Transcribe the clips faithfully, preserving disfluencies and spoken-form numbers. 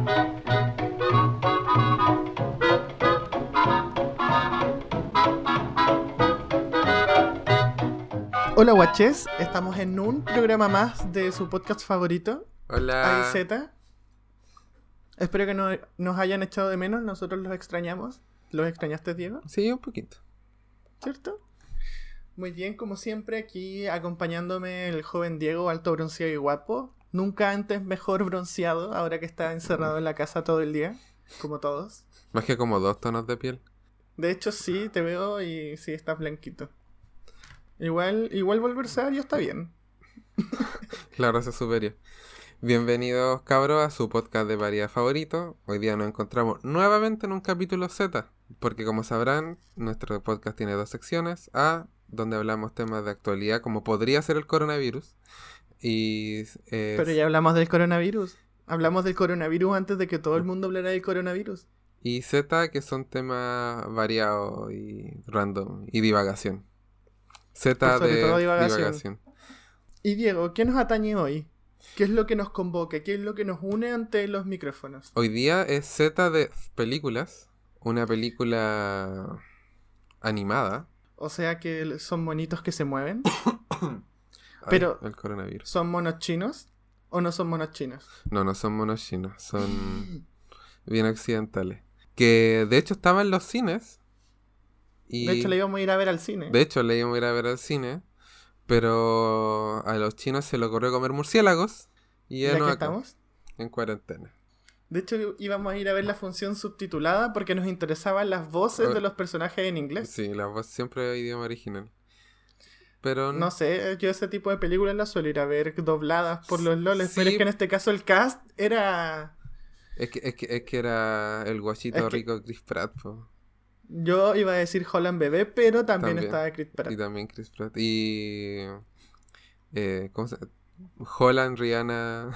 Hola guaches, estamos en un programa más de su podcast favorito. Hola. A I Z. Espero que no, nos hayan echado de menos, nosotros los extrañamos. ¿Los extrañaste, Diego? Sí, un poquito. ¿Cierto? Muy bien, como siempre, aquí acompañándome el joven Diego, alto, bronceado y guapo. Nunca antes mejor bronceado, ahora que está encerrado en la casa todo el día, como todos. Más que como dos tonos de piel. De hecho, sí, te veo y sí, estás blanquito. Igual, igual volver sabio está bien. La raza superior. Bienvenidos, cabros, a su podcast de variedad favorito. Hoy día nos encontramos nuevamente en un capítulo Z, porque como sabrán, nuestro podcast tiene dos secciones. A, donde hablamos temas de actualidad, como podría ser el coronavirus. Y eh, Pero ya hablamos del coronavirus. Hablamos del coronavirus antes de que todo el mundo hablara del coronavirus. Y Z, que son temas variados y random, y divagación. Z sobre de todo divagación. divagación. Y Diego, ¿qué nos atañe hoy? ¿Qué es lo que nos convoca? ¿Qué es lo que nos une ante los micrófonos? Hoy día es Z de películas, una película animada. O sea que son monitos que se mueven. Ay, Pero, el coronavirus. ¿son monos chinos o no son monos chinos? No, no son monos chinos, son bien occidentales. Que de hecho estaba en los cines. Y De hecho, le íbamos a ir a ver al cine. De hecho, le íbamos a ir a ver al cine. Pero a los chinos se le ocurrió comer murciélagos. Y ya ¿Ya no que acá, estamos? en cuarentena. De hecho, íbamos a ir a ver la función subtitulada porque nos interesaban las voces Oh, de los personajes en inglés. Sí, la voz siempre es idioma original. Pero No sé, yo ese tipo de películas las suelo ir a ver dobladas por los loles. Sí. Pero es que en este caso el cast era... Es que, es que, es que era el guachito Es que- rico Chris Pratt, po. Yo iba a decir Holland Bebé, pero también, También. estaba Chris Pratt. Y también Chris Pratt. Y... Eh, ¿cómo se llama? Holland, Rihanna...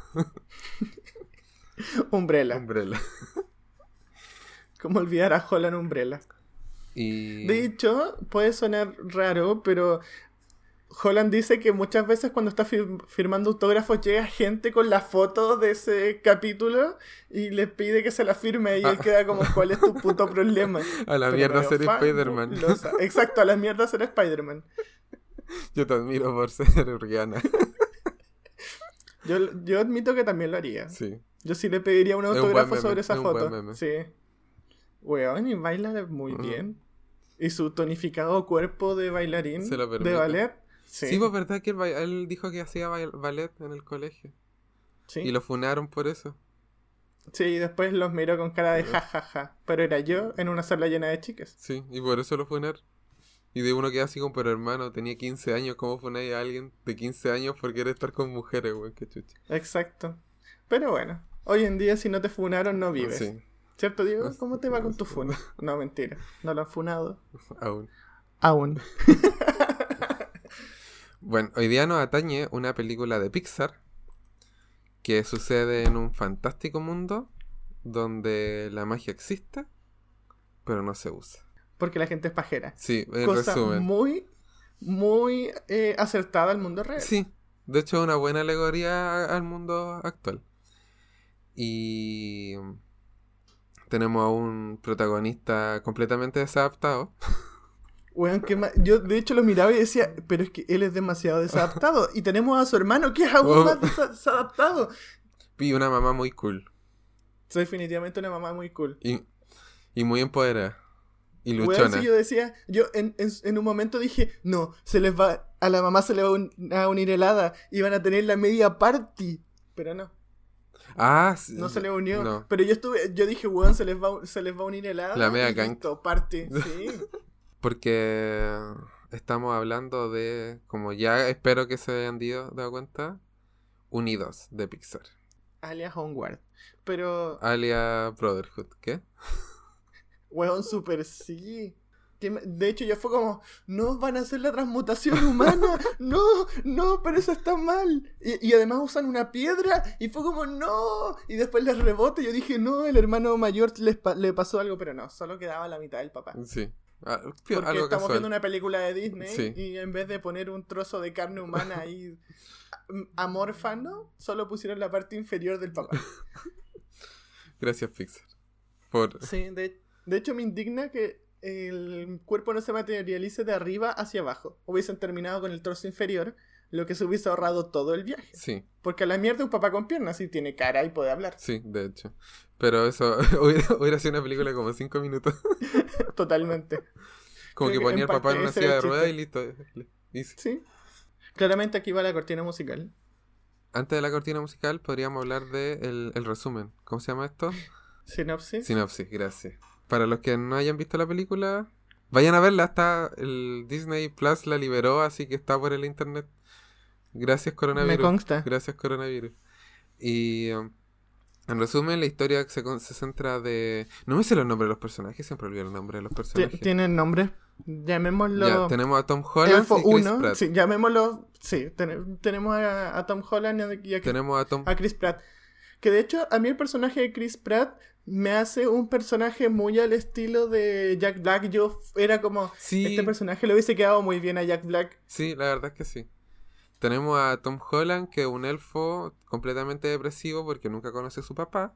Umbrella. Umbrella. ¿Cómo olvidar a Holland Umbrella? Y... De hecho, puede sonar raro, pero Holland dice que muchas veces cuando está fir- firmando autógrafos llega gente con la foto de ese capítulo y le pide que se la firme y él Ah. queda como, ¿cuál es tu puto problema? A la Pero mierda medio ser Spider-Man. fabulosa. Exacto, a la mierda ser Spider-Man. Yo te admiro por ser Rihanna. Yo, yo admito que también lo haría. Sí. Yo sí le pediría un un buen autógrafo meme, sobre esa es un buen foto. meme. Sí. Weón, y baila muy Mm. bien. Y su tonificado cuerpo de bailarín, Se lo de permite. ballet. Sí, Sí, pues verdad que él, ba- él dijo que hacía ba- ballet en el colegio. sí. Y lo funaron por eso. Sí, y después los miró con cara de jajaja. Ja, ja. Pero era yo en una sala llena de chicas. Sí, y por eso lo funaron. Y de uno queda así como, pero hermano, tenía quince años, ¿cómo funáis a alguien de quince años por querer estar con mujeres, güey? Qué chucha. Exacto. Pero bueno, hoy en día si no te funaron no vives. Sí, ¿Cierto, Diego? No, ¿Cómo te va no, con tu sí. funa? No, mentira. No lo han funado. aún. Aún. Bueno, hoy día nos atañe una película de Pixar que sucede en un fantástico mundo donde la magia existe, pero no se usa. Porque la gente es pajera. Sí, en Cosa resumen. muy, muy eh, acertada al mundo real. Sí, de hecho es una buena alegoría a- al mundo actual. Y tenemos a un protagonista completamente desadaptado. Weón, qué ma- yo de hecho lo miraba y decía, pero es que él es demasiado desadaptado. Y tenemos a su hermano que es aún Oh. más desa- desadaptado. Y una mamá muy cool. Es definitivamente una mamá muy cool. Y, y muy empoderada. Y Weón, luchona. sí, yo decía, yo en, en, en un momento dije, no, se les va, a la mamá se le va a un- a unir helada y van a tener la media party. Pero no, Ah, sí, no se le unió. no. Pero yo estuve, yo dije, weón, se les va, a- se les va a unir helada. La media y gang. listo, party, sí. Porque estamos hablando de, como ya espero que se hayan dio- dado cuenta, Unidos de Pixar. Alias Onward. Pero, Alia Brotherhood. ¿Qué? weón, super sí. Que me- De hecho, yo fue como, no, van a hacer la transmutación humana. No, no, pero eso está mal. Y, y además usan una piedra. Y fue como, no. Y después les rebota. Y yo dije, no, el hermano mayor les pa- le pasó algo. Pero no, solo quedaba la mitad del papá. Sí. Ah, Porque algo estamos casual. viendo una película de Disney. Sí. Y en vez de poner un trozo de carne humana ahí amorfano, solo pusieron la parte inferior del papá. Gracias, Pixar. Por... Sí, de, de hecho me indigna que el cuerpo no se materialice de arriba hacia abajo. Hubiesen terminado con el torso inferior, lo que se hubiese ahorrado todo el viaje. Sí. Porque a la mierda un papá con piernas sí tiene cara y puede hablar. Sí, de hecho. Pero eso hubiera, hubiera sido una película como cinco minutos. Totalmente. Como Creo que que ponía en al papá parte en una ese silla era de el ruedas y chiste. listo. Easy. Sí. Claramente aquí va la cortina musical. Antes de la cortina musical podríamos hablar de el, el resumen. ¿Cómo se llama esto? Sinopsis. Sinopsis, gracias. Para los que no hayan visto la película, vayan a verla. Está el Disney Plus la liberó, así que está por el internet. Gracias, coronavirus. Me consta. Gracias, coronavirus. Y um, en resumen, la historia se, con- se centra de... No me sé los nombres de los personajes, siempre olvido el nombre de los Ti- personajes. Tienen nombre. Llamémoslo. Ya, tenemos a Tom Holland Elfo y Chris uno. Pratt. Sí, llamémoslo. Sí, ten- tenemos a, a Tom Holland y a, Chris- Tenemos a Tom... a Chris Pratt. Que de hecho, a mí el personaje de Chris Pratt me hace un personaje muy al estilo de Jack Black. Yo f- era como. Sí. Este personaje le hubiese quedado muy bien a Jack Black. Sí, la verdad es que sí. Tenemos a Tom Holland, que es un elfo completamente depresivo porque nunca conoce a su papá.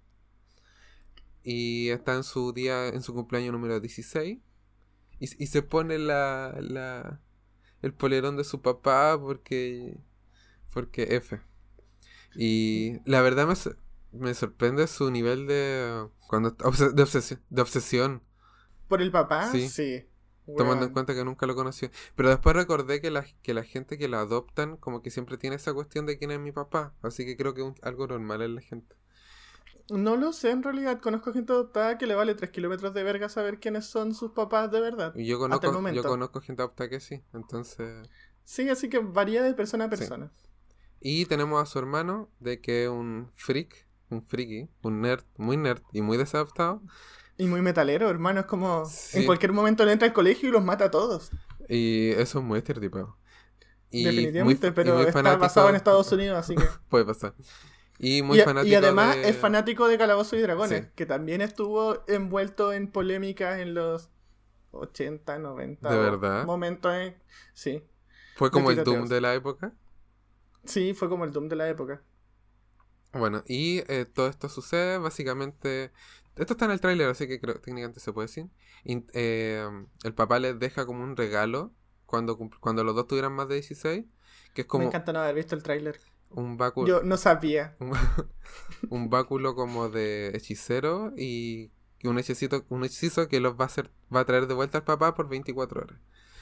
Y está en su día, en su cumpleaños número dieciséis. Y, y se pone la, la el polerón de su papá porque porque F. Y la verdad me, sor- me sorprende su nivel de cuando obse- de obsesión, de obsesión, ¿Por el papá? Sí. Sí. tomando en Weón. cuenta que nunca lo conoció. Pero después recordé que la, que la gente que lo adoptan como que siempre tiene esa cuestión de quién es mi papá. Así que creo que es un- algo normal en la gente. No lo sé en realidad. Conozco gente adoptada que le vale tres kilómetros de verga saber quiénes son sus papás de verdad. Y yo Hasta el conozco, yo momento. conozco gente adoptada que sí. Entonces... Sí, así que varía de persona a Sí. persona. Y tenemos a su hermano, de que es un freak, un friki, un nerd, muy nerd y muy desadaptado. Y muy metalero, hermano. Es como. Sí. En cualquier momento le entra al colegio y los mata a todos. Y eso es muy estereotipado. Y Definitivamente, muy, pero y muy está fanático- basado en Estados Unidos, así que. Puede pasar. Y muy y, fanático y además de... es fanático de Calabozos y Dragones, Sí. que también estuvo envuelto en polémicas en los ochenta, noventa. ¿De o verdad? Momentos en... Sí. Fue como el tiroteos. Doom de la época. Sí, fue como el Doom de la época. Bueno, y eh, todo esto sucede básicamente... Esto está en el tráiler, así que creo que técnicamente se puede decir. In- eh, el papá les deja como un regalo cuando, cum- cuando los dos tuvieran más de dieciséis, que es Me como encanta no haber visto el tráiler. un báculo... Yo no sabía. un, un báculo como de hechicero y un hechicito, un hechizo que los va a hacer, va a traer de vuelta al papá por veinticuatro horas.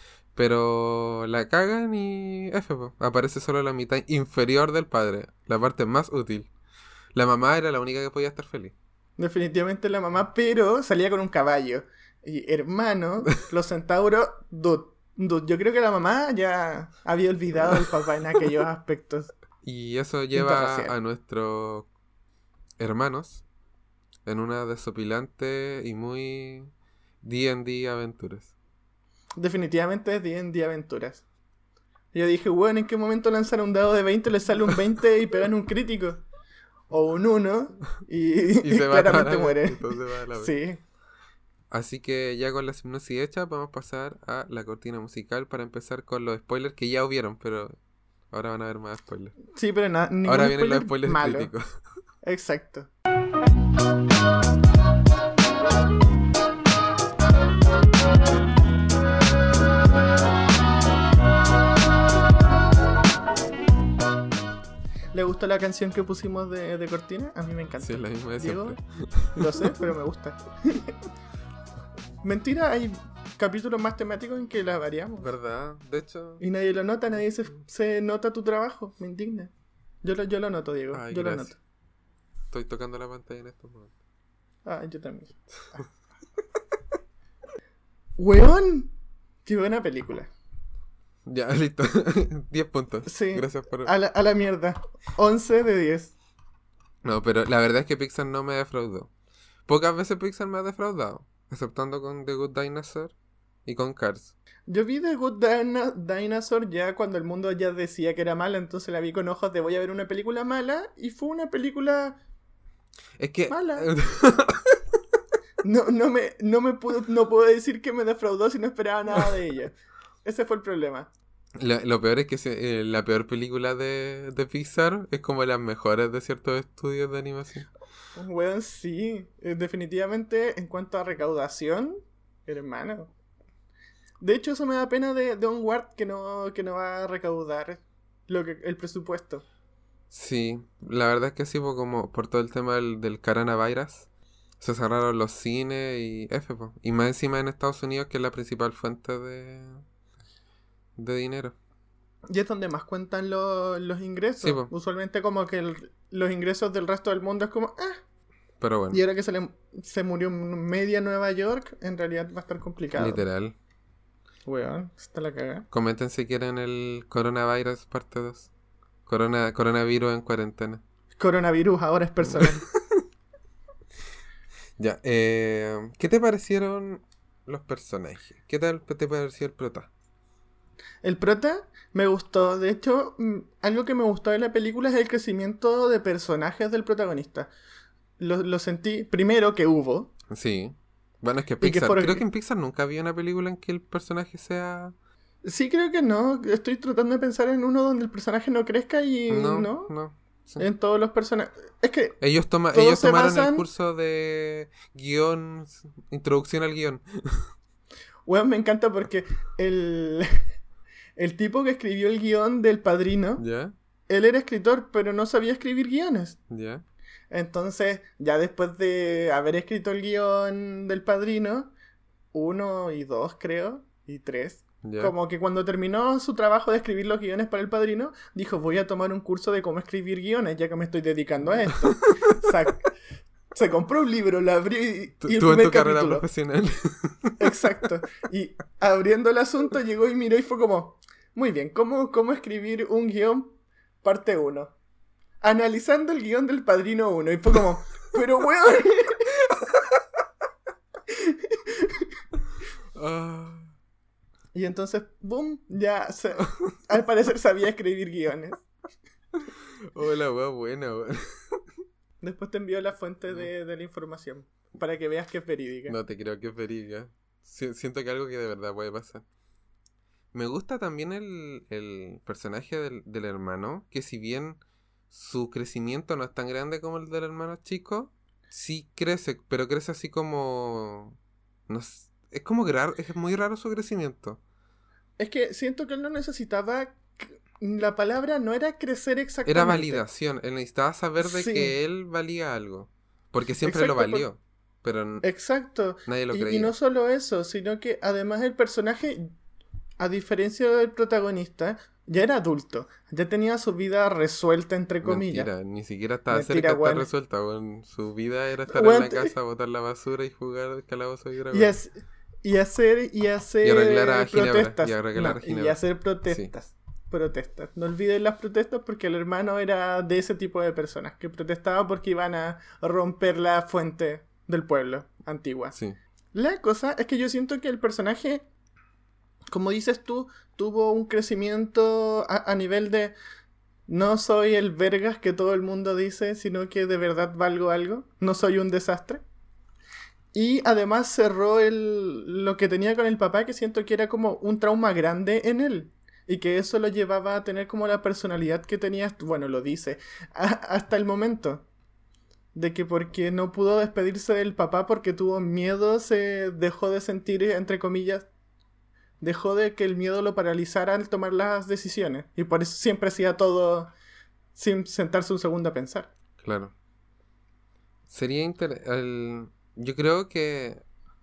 Pero la cagan y F, po. Aparece solo la mitad inferior del padre, la parte más útil. La mamá era la única que podía estar feliz. Definitivamente la mamá, pero salía con un caballo. Y hermano, los centauros, dude, dude, yo creo que la mamá ya había olvidado al papá en aquellos aspectos. Y eso lleva Interracial. a nuestros hermanos en una desopilante y muy D and D aventuras. Definitivamente es D and D Aventuras. Yo dije, bueno, ¿en qué momento lanzan un dado de veinte, le sale un veinte y pegan un crítico? O un uno y, Y se va claramente a la- muere. entonces va a la vez. Sí. Así que ya con la hipnosis hecha, vamos a pasar a la cortina musical para empezar con los spoilers que ya hubieron, pero ahora van a haber más spoilers. Sí, pero nada. Ahora vienen los spoilers malo. críticos. Exacto. ¿Le gustó la canción que pusimos de, de cortina? A mí me encanta. Sí, es la misma de Diego, siempre. lo sé, pero me gusta. Mentira, hay capítulos más temáticos en que la variamos. ¿Verdad? De hecho... Y nadie lo nota, nadie se, se nota tu trabajo. Me indigna. Yo lo, yo lo noto, Diego. Ay, yo gracias. lo noto. Estoy tocando la pantalla en estos momentos. Ah, yo también. Ah. ¡Weón! ¡Qué buena película! Ya, listo. diez puntos. Sí. Gracias por... A la, a la mierda. once de diez. No, pero la verdad es que Pixar no me defraudó. Pocas veces Pixar me ha defraudado. Exceptando con The Good Dinosaur y con Cars. Yo vi The Good Dina- Dinosaur ya cuando el mundo ya decía que era mala, entonces la vi con ojos de voy a ver una película mala, y fue una película... Es que... Mala. No, no, me, no, me puedo, no puedo decir que me defraudó si no esperaba nada de ella. Ese fue el problema. Lo, lo peor es que se- eh, la peor película de, de Pixar es como las mejores de ciertos estudios de animación. Weón, sí. Eh, Definitivamente, en cuanto a recaudación, hermano. De hecho, eso me da pena de, de Onward que no, que no va a recaudar lo que, el presupuesto. Sí, la verdad es que sí, po, como por todo el tema del, del coronavirus, se cerraron los cines y F, po. Y más encima en Estados Unidos, que es la principal fuente de, de dinero. Y es donde más cuentan lo- los ingresos. Sí, po. Usualmente como que el- los ingresos del resto del mundo es como, ah. Pero bueno, Y ahora que se, le, se murió media Nueva York, en realidad va a estar complicado. literal. Weón, está la cagada. Comenten si quieren el coronavirus parte dos. Corona, coronavirus en cuarentena. Coronavirus ahora es personal. Ya, eh, ¿qué te parecieron los personajes? ¿Qué tal te pareció el prota? El prota me gustó. De hecho, mm, algo que me gustó de la película es el crecimiento de personajes del protagonista. Lo, lo sentí, primero, que hubo. Sí. Bueno, es que Y que Pixar, fueron- creo que en Pixar nunca había una película en que el personaje sea... Sí, creo que no. Estoy tratando de pensar en uno donde el personaje no crezca y No, no. no. sí. En todos los personajes. Es que Ellos, toma, todos ellos se tomaron basan- el curso de guión, introducción al guión. Weón, me encanta porque el, el tipo que escribió el guión del Padrino, ¿Ya? él era escritor, pero no sabía escribir guiones. ¿Ya? Entonces, ya después de haber escrito el guión del Padrino, uno y dos creo, y tres, ¿Ya? como que cuando terminó su trabajo de escribir los guiones para el Padrino, dijo, voy a tomar un curso de cómo escribir guiones, ya que me estoy dedicando a esto. Sac- Se compró un libro, lo abrió y, Tú y el tú en primer tu carrera capítulo. profesional. Exacto. Y abriendo el asunto llegó y miró y fue como, muy bien, ¿cómo, cómo escribir un guión parte uno? Analizando el guión del Padrino uno. Y fue como, pero weón. Ah, Y entonces, boom, ya se- al parecer sabía escribir guiones. hola, wea buena, wea. Después te envió la fuente de, de la información para que veas que es verídica. No te creo que es verídica. Si- siento que algo que de verdad puede pasar. Me gusta también el, el personaje del, del hermano, que si bien su crecimiento no es tan grande como el del hermano chico, sí crece, pero crece así como... No sé, es como raro, es muy raro su crecimiento. Es que siento que él no necesitaba... La palabra no era crecer exactamente. Era validación, él necesitaba saber de Sí. que él valía algo. Porque siempre lo Exacto, valió, pero n- Exacto. nadie lo Y, creía. y no solo eso, sino que además el personaje, a diferencia del protagonista, ya era adulto. Ya tenía su vida resuelta, entre comillas. Mentira, ni siquiera estaba Mentira, cerca de estar weón. resuelta, weón. Su vida era estar Weón, en te- la casa, botar la basura y jugar calabozo y dragón. Y, hac- y hacer y hacer Y arreglar a Ginebra, protestas. y arreglar No, a y Ginebra. hacer protestas. Protestas. No olviden las protestas porque el hermano era de ese tipo de personas que protestaba porque iban a romper la fuente del pueblo antigua. Sí, La cosa es que yo siento que el personaje, como dices tú, tuvo un crecimiento a, a nivel de no soy el vergas que todo el mundo dice, sino que de verdad valgo algo. No soy un desastre. Y además cerró el, lo que tenía con el papá, que siento que era como un trauma grande en él. Y que eso lo llevaba a tener como la personalidad que tenía, bueno, lo dice, a- hasta el momento. De que porque no pudo despedirse del papá porque tuvo miedo, se dejó de sentir, entre comillas, dejó de que el miedo lo paralizara al tomar las decisiones. Y por eso siempre hacía todo sin sentarse un segundo a pensar. claro. Sería interesante. Yo creo que.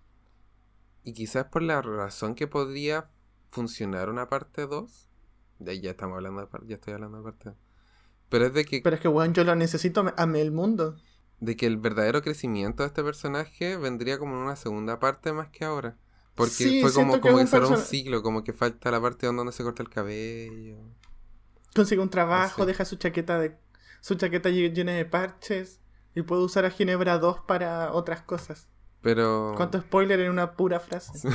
Y quizás por la razón que podría funcionar una parte dos. De ahí ya estamos hablando de parte. Ya estoy hablando de parte dos. Pero es de que, Pero es que, weón, yo lo necesito, me- amé el mundo. de que el verdadero crecimiento de este personaje vendría como en una segunda parte más que ahora. Porque Sí, fue como, siento que como es que un cerró un person- ciclo, como que falta la parte donde se corta el cabello. Consigue un trabajo, Sí. deja su chaqueta de su chaqueta lle- llena de parches y puede usar a Ginebra dos para otras cosas. Pero. ¿Cuánto spoiler en una pura frase?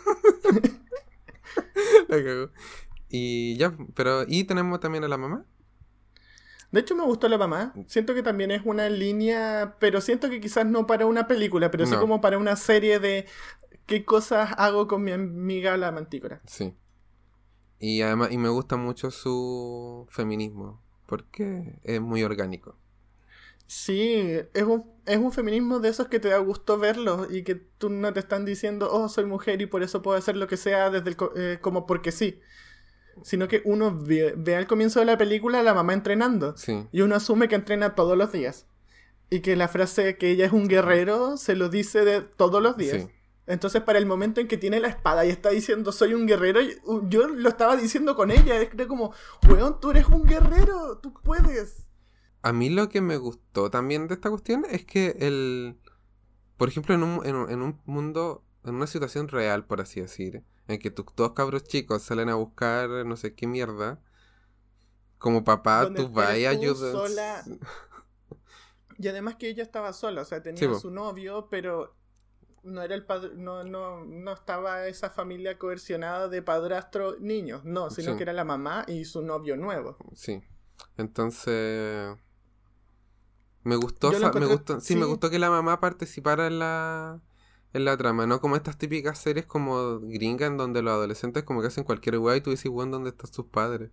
La cagó. Y ya, pero. ¿Y tenemos también a la mamá? De hecho me gustó la mamá. Siento que también es una línea, pero siento que quizás no para una película, pero sí No. como para una serie de qué cosas hago con mi amiga la mantícora. Sí. Y además, y me gusta mucho su feminismo, porque es muy orgánico. Sí, es un, es un feminismo de esos que te da gusto verlo y que tú no te están diciendo, oh, soy mujer y por eso puedo hacer lo que sea desde el co- eh, como porque sí. Sino que uno ve, ve al comienzo de la película a la mamá entrenando Sí, y uno asume que entrena todos los días. Y que la frase que ella es un guerrero se lo dice de todos los días. sí. Entonces, para el momento en que tiene la espada y está diciendo soy un guerrero, y- u- yo lo estaba diciendo con ella. Es que como, weón, tú eres un guerrero, tú puedes. A mí lo que me gustó también de esta cuestión es que el... Por ejemplo, en un, en un, en un mundo, en una situación real, por así decir, en que tus dos cabros chicos salen a buscar no sé qué mierda, como papá, Donde tú vas eres y tú ayudas. sola. Y además que ella estaba sola, o sea, Sí, tenía a po. su novio, pero no era el padre, no, no, no estaba esa familia coercionada de padrastro niños, no, Sí, sino que era la mamá y su novio nuevo. sí. Entonces, me gustó, Yo lo sa- me encontré, gustó, sí, me sí, gustó que la mamá participara en la, en la trama, no como estas típicas series como gringas en donde los adolescentes como que hacen cualquier weá y tú dices, weón, ¿dónde están sus padres?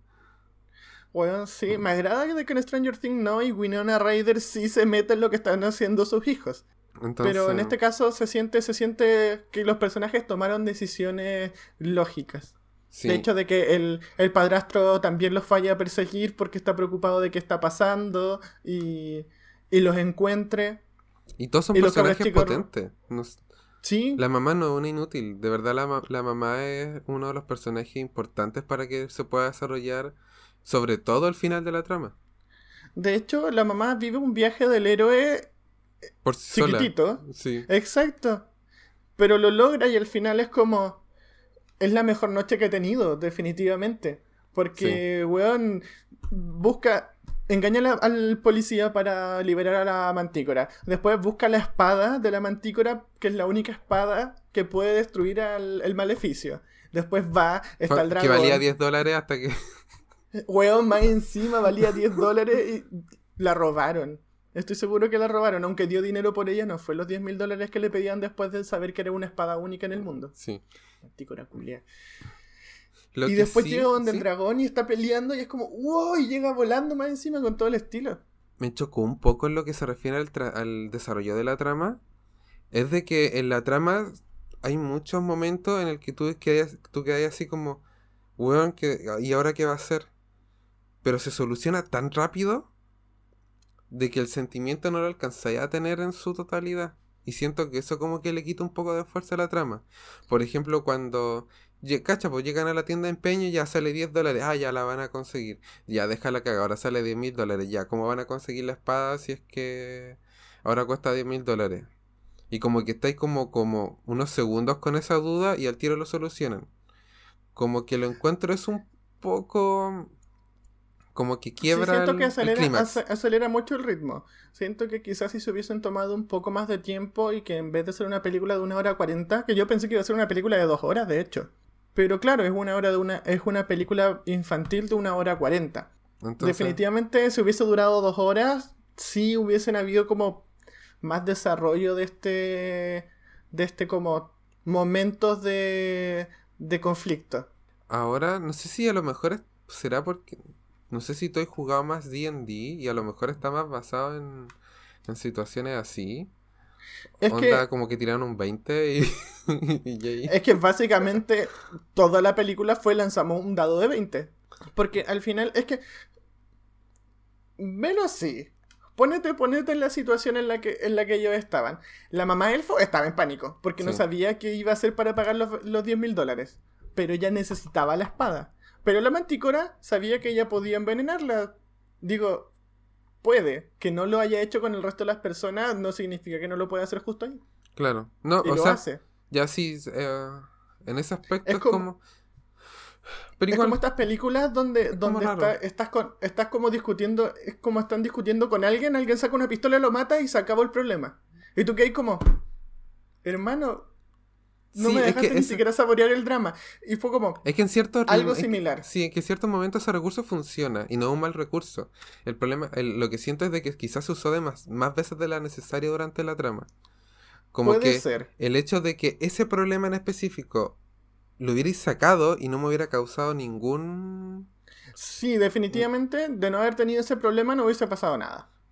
bueno, sí, Mm. me agrada de que en Stranger Things no y Winona Ryder sí se mete en lo que están haciendo sus hijos. Pero en Entonces, este caso se siente, se siente que los personajes tomaron decisiones lógicas. De sí. hecho, de que el, el padrastro también los vaya a perseguir porque está preocupado de qué está pasando y, y los encuentre. Y todos son Y los cabros personajes chicos, potentes. No s- sí, la mamá no es una inútil. De verdad, la, ma- la mamá es uno de los personajes importantes para que se pueda desarrollar, sobre todo al final de la trama. de hecho, la mamá vive un viaje del héroe Por sí sola. chiquitito. Sí, Exacto. Pero lo logra y al final es como... Es la mejor noche que he tenido, definitivamente. sí. Porque, weón, busca... Engaña a la- al policía para liberar a la mantícora. Después busca la espada de la mantícora, que es la única espada que puede destruir al el maleficio. Después va, está Fa- el Que valía dragón. diez dólares hasta que... Weón, más encima valía diez dólares y la robaron. Estoy seguro que la robaron, aunque dio dinero por ella, no fue los diez mil dólares que le pedían después de saber que era una espada única en el mundo. Sí. Mantícora culia. Lo Y que después llega sí, donde el sí, dragón y está peleando y es como, wow, y llega volando más encima con todo el estilo. me chocó un poco en lo que se refiere al, tra- al desarrollo de la trama. Es de que en la trama hay muchos momentos en el que tú quedas, tú quedas así como, weón, que, ¿y ahora qué va a hacer? Pero se soluciona tan rápido de que el sentimiento no lo alcanzáis a tener en su totalidad. Y siento que eso como que le quita un poco de fuerza a la trama. Por ejemplo, cuando... lle- Cacha, pues llegan a la tienda de empeño y ya sale diez dólares. Ah, ya la van a conseguir. Ya, déjala que ahora sale diez mil dólares. Ya, ¿cómo van a conseguir la espada si es que ahora cuesta diez mil dólares? Y como que estáis como, como unos segundos con esa duda y al tiro lo solucionan. Como que lo encuentro es un poco... Como que Sí, quiebra siento que el, el acelera, clímax. ace- acelera mucho el ritmo. Siento que quizás si se hubiesen tomado un poco más de tiempo y que en vez de ser una película de una hora cuarenta, que yo pensé que iba a ser una película de dos horas, de hecho. Pero claro, es una hora de una, es una película infantil de una hora cuarenta. Entonces, Definitivamente, si hubiese durado dos horas, sí hubiesen habido como más desarrollo de este, de este como momentos de, de conflicto. ahora no sé si a lo mejor es- será porque... No sé si tú has jugado más D and D y a lo mejor está más basado en, en situaciones así. Es Onda que, como que tiraron un veinte y, y ahí. es que básicamente toda la película fue lanzamos un dado de veinte. Porque al final, es que, velo así. Ponete, ponete en la situación en la que, en la que ellos estaban. La mamá elfo estaba en pánico, porque no Sí, sabía qué iba a hacer para pagar los, los diez mil dólares. Pero ella necesitaba la espada. Pero la mantícora sabía que ella podía envenenarla. Digo, puede. Que no lo haya hecho con el resto de las personas no significa que no lo pueda hacer justo ahí. claro. No, Y o lo sea, hace. ya sí, eh, en ese aspecto Es es como, como... Pero es como igual, estas películas donde, es como donde está, raro. estás, con, estás como discutiendo, es como están discutiendo con alguien, alguien saca una pistola, lo mata y se acabó el problema. Y tú que hay como, hermano, no Sí, me es dejaste que, ni es, siquiera saborear el drama. Y fue como es que en ciertos... algo es que- similar. sí, en que en ciertos momentos ese recurso funciona y no es un mal recurso. El problema, el- lo que siento es de que quizás se usó de más, más veces de la necesaria durante la trama. Como Puede que ser. el hecho de que ese problema en específico lo hubierais sacado y no me hubiera causado ningún... Sí, definitivamente, de no haber tenido ese problema no hubiese pasado nada.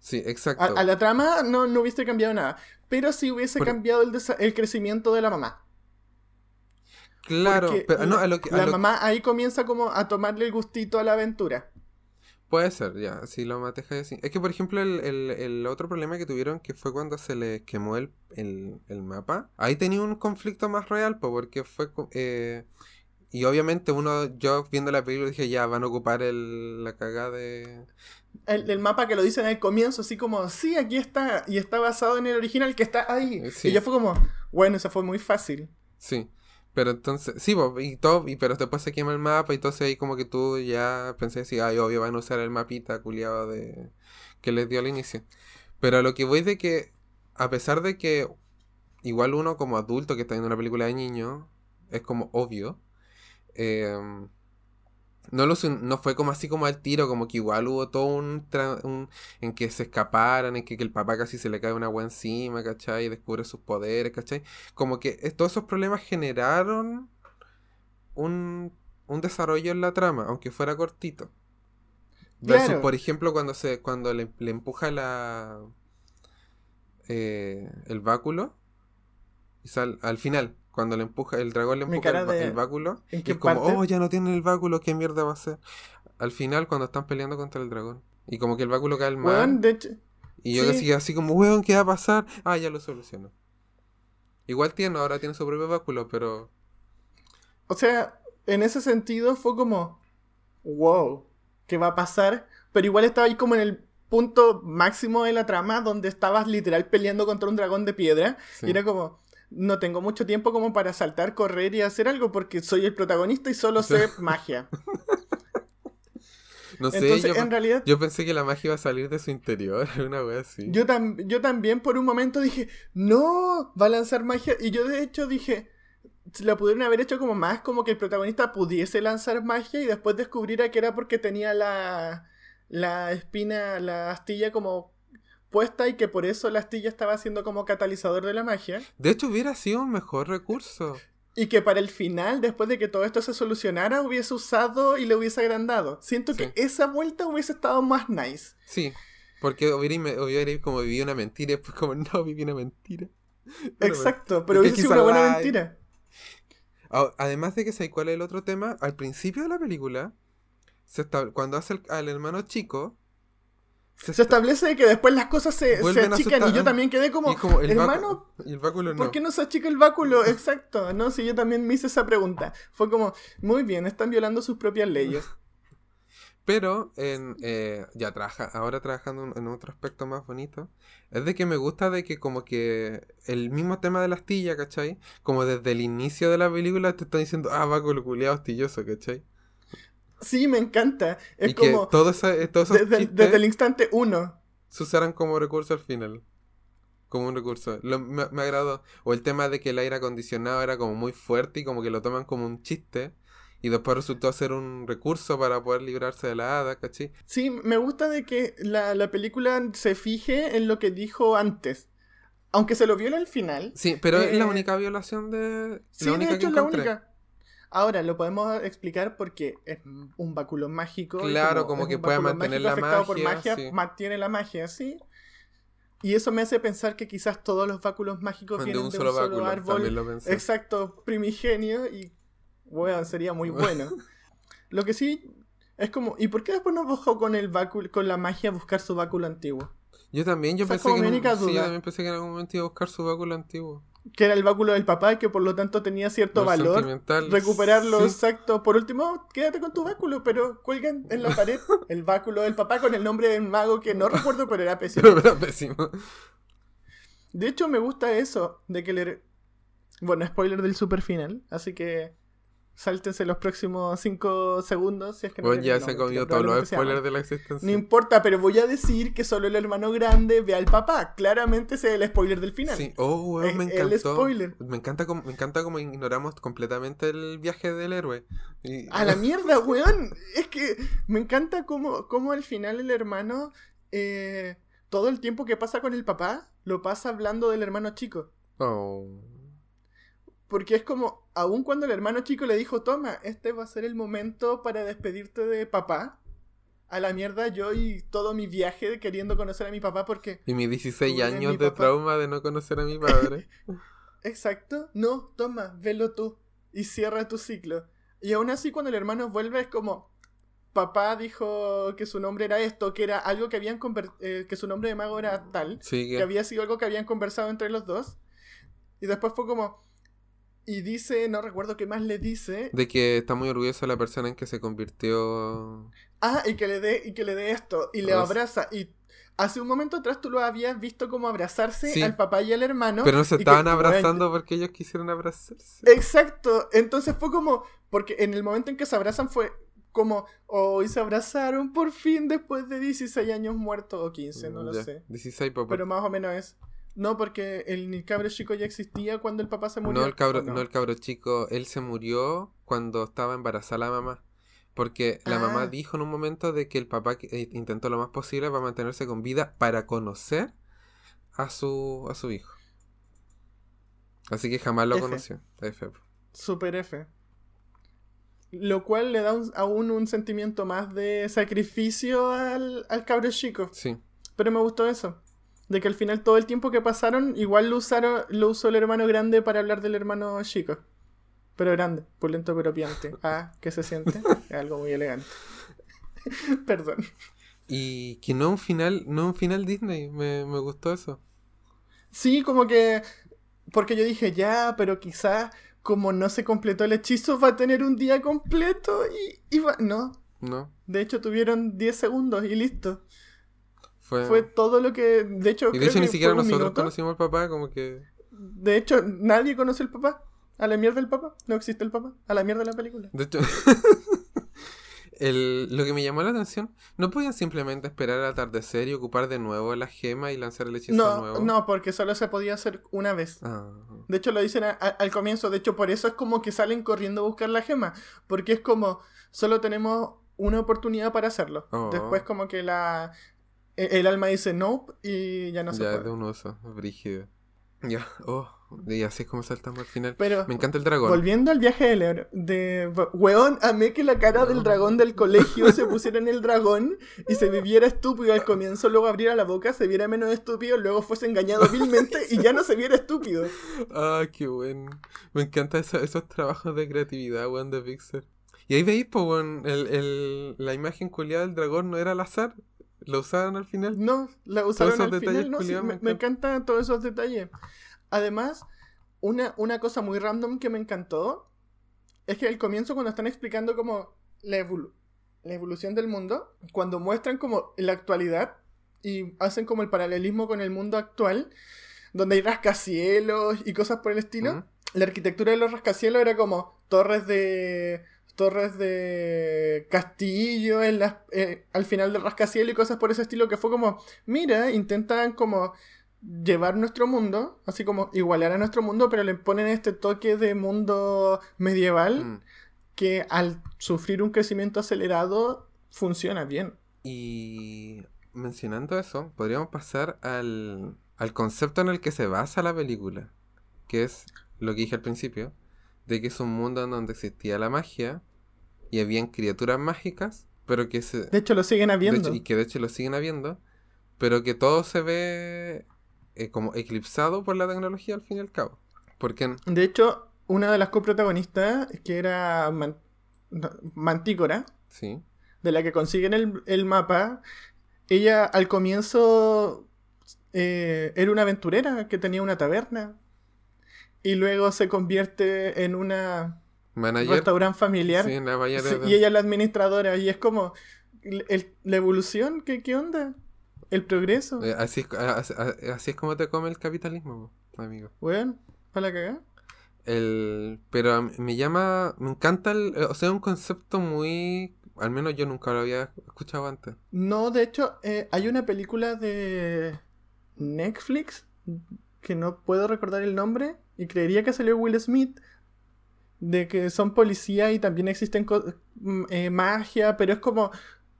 Sí, A, exacto. a la trama no, no hubiese cambiado nada. Pero sí hubiese Por- cambiado el, desa- el crecimiento de la mamá. Claro, Porque pero no, la, a lo que, a la lo, mamá ahí comienza como a tomarle el gustito a la aventura. puede ser, ya, si lo matejas así. Es que, por ejemplo, el, el, el otro problema que tuvieron que fue cuando se les quemó el, el, el mapa. Ahí tenía un conflicto más real, po, porque fue... co- Eh, y obviamente uno, yo viendo la película dije, ya, van a ocupar el, la cagada de... El, el mapa que lo dicen al comienzo, así como, sí, aquí está. Y está basado en el original que está ahí. Eh, Sí, Y ya fue como, bueno, eso fue muy fácil. sí. Pero entonces, sí, po, y todo, y, pero después se quema el mapa y entonces ahí como que tú ya pensé así, ay, obvio, van a usar el mapita culiado de... que les dio al inicio. Pero a lo que voy de que, a pesar de que igual uno como adulto que está viendo una película de niño, es como obvio, eh, no, lo, sun- no fue como así como al tiro, como que igual hubo todo un, tra- un en que se escaparan, en que, que el papá casi se le cae una agua encima, ¿cachai? Y descubre sus poderes, ¿cachai? Como que es- todos esos problemas generaron un, un desarrollo en la trama, aunque fuera cortito. Versus, Claro. por ejemplo, cuando se cuando le, le empuja la eh, el báculo y sal, al final, cuando le empuja, el dragón le Mi empuja el, cara ba- el de... báculo, ¿En y qué es como, parte? oh, ya no tienen el báculo, ¿qué mierda va a ser? Al final, cuando están peleando contra el dragón. Y como que el báculo cae al mar, Weón, de hecho... y yo Sí. así, así como, weón, ¿qué va a pasar? Ah, ya lo solucionó. Igual tiene, ahora tiene su propio báculo, pero... O sea, en ese sentido fue como, wow, ¿qué va a pasar? Pero igual estaba ahí como en el punto máximo de la trama donde estabas literal peleando contra un dragón de piedra. Sí. Y era como, no tengo mucho tiempo como para saltar, correr y hacer algo porque soy el protagonista y solo sé magia. No sé, Entonces, yo, en realidad, yo pensé que la magia iba a salir de su interior, una wea así. yo, tam- yo también por un momento dije, no, va a lanzar magia. Y yo de hecho dije, si la pudieron haber hecho como más, como que el protagonista pudiese lanzar magia y después descubriera que era porque tenía la, la espina, la astilla como puesta y que por eso la astilla estaba siendo como catalizador de la magia. De hecho, hubiera sido un mejor recurso. Y que para el final, después de que todo esto se solucionara, hubiese usado y le hubiese agrandado. Siento Sí. que esa vuelta hubiese estado más nice. Sí, porque hubiera, ime- hubiera como vivido una mentira y después como, no, viví una mentira. Una Exacto, pero Porque hubiese sido quizá una buena la- mentira. A- Además de que, ¿sabes cuál es el otro tema? Al principio de la película, se estab- cuando hace el- al hermano chico, se, Se esta- establece que después las cosas se, se Vuelven a achican asustar- y yo también quedé como, y como el hermano, báculo- y el báculo no. ¿por qué no se achica el báculo? Exacto, no, si yo también me hice esa pregunta. Fue como, muy bien, están violando sus propias leyes. Pero en eh, ya trabaja, ahora trabajando en- en otro aspecto más bonito, es de que me gusta de que como que el mismo tema de la astilla, ¿cachai? Como desde el inicio de la película te están diciendo, ah, báculo culiado astilloso, ¿cachai? Sí, me encanta. Es y que como, todo ese- todos esos desde, el- chistes desde el instante uno. se usaran como recurso al final. Como un recurso. Lo- me, me agradó. O el tema de que el aire acondicionado era como muy fuerte y como que lo toman como un chiste. Y después resultó ser un recurso para poder librarse de la hada, ¿cachai? Sí, me gusta de que la, la película se fije en lo que dijo antes. Aunque se lo viola al final. Sí, pero es la Eh, única violación de... Sí, la única de hecho que es la encontré. única. Ahora, lo podemos explicar porque es un báculo mágico. y Claro, como es que un puede báculo mantener mágico la afectado por magia, magia, sí. mantiene la magia, sí. Y eso me hace pensar que quizás todos los báculos mágicos De vienen un de solo un solo báculo, árbol. también lo pensé. Exacto, primigenio. Y, bueno, sería muy bueno. Lo que sí es como, ¿y por qué después no bajó con el báculo, con la magia a buscar su báculo antiguo? Yo también, yo Esa es pensé como que, en mi un- única sí, yo duda. también pensé que en algún momento iba a buscar su báculo antiguo. Que era el báculo del papá y que por lo tanto tenía cierto Lo valor. sentimental, Recuperarlo, sí. exacto. Por último, quédate con tu báculo, pero cuelgan en la pared el báculo del papá con el nombre del mago que no recuerdo, pero era pésimo. Pero era pésimo. De hecho, me gusta eso, de que le... Bueno, spoiler del super final, así que sáltense los próximos cinco segundos si es que no Bueno, quieren- ya no, se mentira, comió todos los probablemente sea spoilers mal. de la existencia. No importa, pero voy a decir que solo el hermano grande ve al papá. Claramente ese es el spoiler del final. Sí, oh, weón, me Es el encantó. spoiler. Me encanta como, me encanta como ignoramos completamente el viaje del héroe. Y- A la mierda, weón. Es que me encanta cómo, cómo al final el hermano, eh, todo el tiempo que pasa con el papá, lo pasa hablando del hermano chico. Oh. Porque es como, aun cuando el hermano chico le dijo, toma, este va a ser el momento para despedirte de papá, a la mierda yo y todo mi viaje queriendo conocer a mi papá porque... Y mis dieciséis tú eres años mi de papá. trauma de no conocer a mi padre. Exacto. No, toma, velo tú. Y cierra tu ciclo. Y aún así cuando el hermano vuelve es como... Papá dijo que su nombre era esto, que era algo que habían... Conver- eh, que su nombre de mago era tal. Sí, Que que... había sido algo que habían conversado entre los dos. Y después fue como... Y dice, no recuerdo qué más le dice. De que está muy orgulloso de la persona en que se convirtió. Ah, y que le dé, y que le dé esto. Y le Ah, abraza. Y hace un momento atrás tú lo habías visto como abrazarse Sí. al papá y al hermano. Pero no se y que, estaban bueno, abrazando porque ellos quisieron abrazarse. exacto. Entonces fue como... Porque en el momento en que se abrazan fue como... Hoy se abrazaron por fin después de dieciséis años muertos. O quince, no lo Ya, sé. dieciséis, papá. Pero más o menos es... No, porque el cabro chico ya existía cuando el papá se murió. No el cabro, ¿o no? no el cabro chico, él se murió cuando estaba embarazada la mamá. Porque la Ah. mamá dijo en un momento de que el papá que- eh, intentó lo más posible para mantenerse con vida para conocer a su a su hijo. Así que jamás lo F. conoció. F. Super F. Lo cual le da un- aún un sentimiento más de sacrificio al, al cabro chico. Sí. Pero me gustó eso. De que al final todo el tiempo que pasaron, igual lo usaron, lo usó el hermano grande para hablar del hermano chico. Pero grande, pulento pero piante. Ah, ¿qué se siente? Es algo muy elegante. Perdón. Y que no un final, no un final Disney. Me, me gustó eso. Sí, como que... Porque yo dije, ya, pero quizás como no se completó el hechizo va a tener un día completo y, y va... No, ¿No? de hecho tuvieron diez segundos y listo. Fue... Fue todo lo que... De hecho, Y de creo hecho ni que siquiera fue un nosotros minuto. conocimos al papá, como que... De hecho, nadie conoce al papá. A la mierda el papá. No existe el papá. A la mierda la película. De hecho... el, lo que me llamó la atención, ¿no podían simplemente esperar al atardecer y ocupar de nuevo la gema y lanzar el hechizo No, nuevo? no, porque solo se podía hacer una vez. Ah, De hecho, lo dicen a- a- al comienzo. De hecho, por eso es como que salen corriendo a buscar la gema. Porque es como, solo tenemos una oportunidad para hacerlo. Oh. Después como que la... e- El alma dice nope y ya no se ya es puede. de un uso, brígido. Ya, oh, y así es como saltamos al final. Pero... Me encanta el dragón. Volviendo al viaje del héroe, de... Weón, amé que la cara del dragón del colegio se pusiera en el dragón y se viviera estúpido al comienzo, luego abriera la boca, se viera menos estúpido, luego fuese engañado vilmente y ya no se viera estúpido. Ah, qué bueno. Me encantan eso- esos trabajos de creatividad, weón, de Pixar. Y ahí veis, pues, weón, el, el, la imagen culiada del dragón no era al azar. Lo usaron al final. No, la usaron esos al detalles final, no, sí, culiados me, me me encantan todos esos detalles. Además, una, una cosa muy random que me encantó es que al comienzo cuando están explicando como la, evolu- la evolución del mundo, cuando muestran como la actualidad y hacen como el paralelismo con el mundo actual, donde hay rascacielos y cosas por el estilo, Ujú. la arquitectura de los rascacielos era como torres de torres de castillo en las, eh, al final del rascacielos y cosas por ese estilo, que fue como, mira, intentan como llevar nuestro mundo, así como igualar a nuestro mundo, pero le ponen este toque de mundo medieval Mm. que al sufrir un crecimiento acelerado funciona bien. Y mencionando eso, podríamos pasar al, al concepto en el que se basa la película, que es lo que dije al principio, de que es un mundo en donde existía la magia y habían criaturas mágicas, pero que se... De hecho, lo siguen de habiendo. hecho- y que de hecho lo siguen habiendo, pero que todo se ve eh, como eclipsado por la tecnología al fin y al cabo. Porque en- De hecho, una de las coprotagonistas, que era Man- no, Mantícora, sí, de la que consiguen el, el mapa, ella al comienzo eh, era una aventurera que tenía una taberna y luego se convierte en una manager, restaurante familiar. sí, en la bahía Sí, de... y ella es la administradora y es como el- el- la evolución, ¿qué, qué onda? El progreso. eh, así, es- a- a- así es como te come el capitalismo, po, amigo. Weón, para la cagada. El, pero a mí me llama, me encanta el, o sea, un concepto muy, al menos yo nunca lo había escuchado antes. No, de hecho, eh, hay una película de Netflix que no puedo recordar el nombre y creería que salió Will Smith, de que son policías y también existen co- mm, eh, magia, pero es como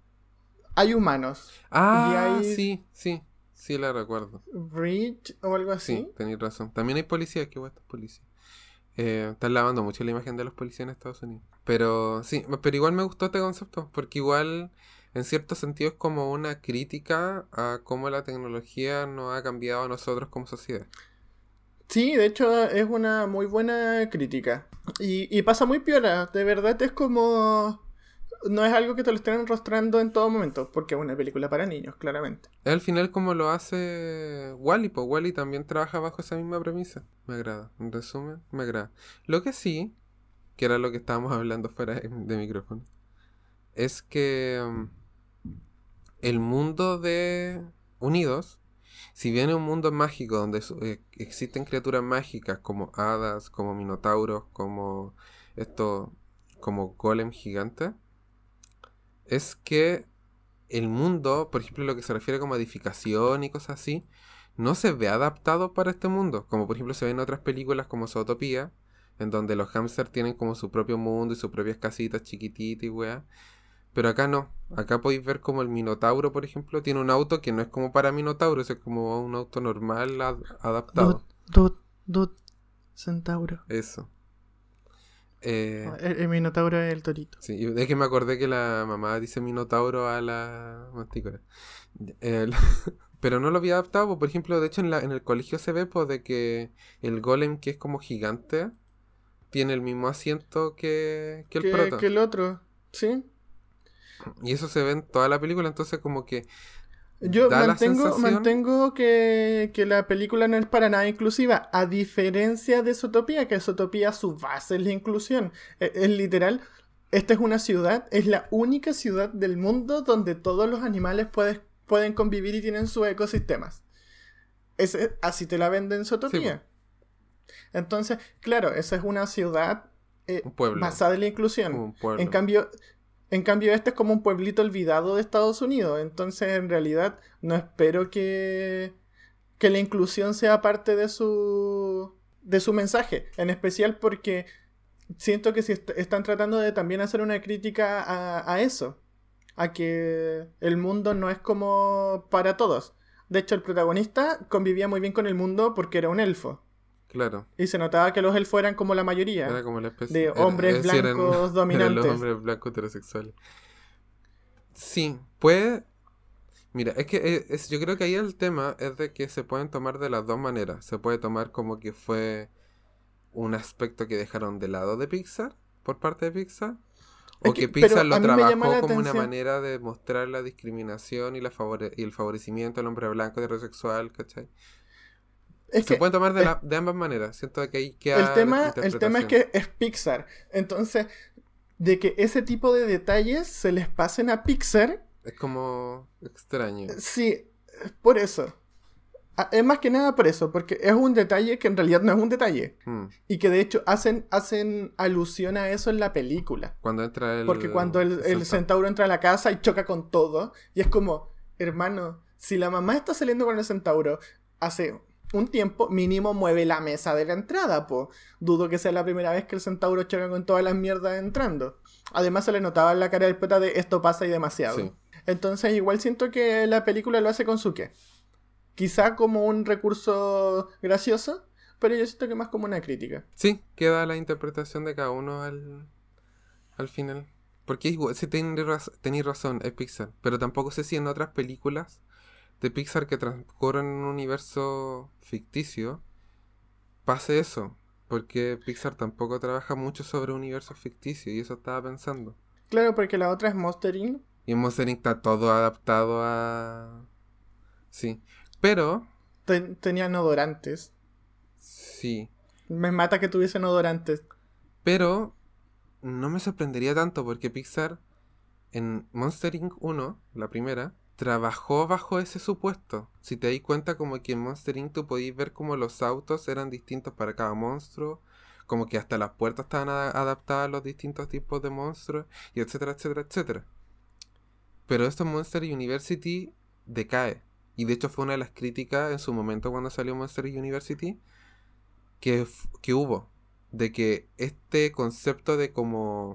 hay humanos. Ah, hay- sí, sí, sí la recuerdo. Bridge o algo así. Sí, tenéis razón. También hay policías, qué guay, policías. Eh, están lavando mucho la imagen de los policías en Estados Unidos. Pero sí, pero igual me gustó este concepto, porque igual en cierto sentido es como una crítica a cómo la tecnología nos ha cambiado a nosotros como sociedad. Sí, de hecho es una muy buena crítica. Y, y pasa muy piola, de verdad es como... No es algo que te lo estén enrostrando en todo momento, porque es una película para niños, claramente. Es al final como lo hace Wall-E, pues Wall-E también trabaja bajo esa misma premisa. Me agrada, en resumen, me agrada. Lo que sí, que era lo que estábamos hablando fuera de, de micrófono, es que um, el mundo de Unidos, si bien es un mundo mágico donde eh, existen criaturas mágicas como hadas, como minotauros, como esto, como golem gigante, es que el mundo, por ejemplo, lo que se refiere como a edificación y cosas así, no se ve adaptado para este mundo. Como por ejemplo se ve en otras películas como Zootopia, en donde los hámsters tienen como su propio mundo y sus propias casitas chiquititas y weá. Pero acá no. Acá podéis ver como el Minotauro, por ejemplo, tiene un auto que no es como para Minotauros, es como un auto normal ad- adaptado. Dud, dud, dud, centauro. Eso. Eh, El, el minotauro es el torito. sí, y es que me acordé que la mamá dice Minotauro a la mantícora. El- Pero no lo había adaptado, pues, por ejemplo, de hecho en, la, en el colegio se ve pues, de que el golem que es como gigante tiene el mismo asiento que, que el Que, prota. que el otro, ¿sí? Y eso se ve en toda la película, entonces como que Yo da la mantengo, sensación... mantengo que, que la película no es para nada inclusiva, a diferencia de Zootopia, que Zootopia su base es la inclusión. Es, es literal, esta es una ciudad, es la única ciudad del mundo donde todos los animales puedes- pueden convivir y tienen sus ecosistemas. Ese- así te la venden Zootopia. Sí, Entonces, claro, esa es una ciudad eh, un pueblo. basada en la inclusión. Como un pueblo. En cambio, en cambio, este es como un pueblito olvidado de Estados Unidos. Entonces, en realidad, no espero que, que la inclusión sea parte de su, de su mensaje. En especial porque siento que si est- están tratando de también hacer una crítica a, a eso. A que el mundo no es como para todos. De hecho, el protagonista convivía muy bien con el mundo porque era un elfo. Claro. Y se notaba que los elfos eran como la mayoría. Era como la especie... De era- hombres es decir, eran- blancos eran dominantes. los hombres blancos heterosexuales. Sí, puede... Mira, es que es, es- yo creo que ahí el tema es de que se pueden tomar de las dos maneras. Se puede tomar como que fue un aspecto que dejaron de lado de Pixar, por parte de Pixar. O Es que, que- Pixar pero lo a mí me llama trabajó la como una atención. manera de mostrar la discriminación y, la favore- y el favorecimiento al hombre blanco heterosexual, ¿cachai? Es Se que pueden tomar de, es- la- de ambas maneras. Siento que ahí queda el tema, la el tema es interpretación. que es Pixar. Entonces, de que ese tipo de detalles se les pasen a Pixar, Es como extraño. sí, es por eso. Ah, Es más que nada por eso, porque es un detalle que en realidad no es un detalle. Mm. Y que de hecho hacen, hacen alusión a eso en la película. Cuando entra el... Porque cuando el, el centauro. centauro entra a la casa y choca con todo, y es como, hermano, si la mamá está saliendo con el centauro hace un tiempo, mínimo mueve la mesa de la entrada, po. Dudo que sea la primera vez que el centauro choca con todas las mierdas entrando. Además se le notaba en la cara del prota de esto pasa y demasiado. Sí. Entonces igual siento que la película lo hace con su qué. Quizá como un recurso gracioso, pero yo siento que más como una crítica. Sí, queda la interpretación de cada uno al, al final. Porque igual, sí, tenéis raz- tenéis razón, es Pixar. Pero tampoco sé si en otras películas de Pixar que transcurren en un universo ficticio pase eso. Porque Pixar tampoco trabaja mucho sobre universos ficticios y eso estaba pensando. Claro, porque la otra es Monster incorporated. Y en Monster incorporated está todo adaptado a... Sí. Pero, Ten- tenían odorantes. sí. Me mata que tuviesen odorantes. Pero no me sorprendería tanto porque Pixar en Monster incorporated uno, la primera, trabajó bajo ese supuesto. Si te das cuenta como que en Monster incorporated tú podías ver como los autos eran distintos para cada monstruo, como que hasta las puertas estaban a- adaptadas a los distintos tipos de monstruos, y etcétera, etcétera, etcétera. Pero esto en Monster University decae. Y de hecho fue una de las críticas en su momento cuando salió Monster University que, f- que hubo. De que este concepto de como...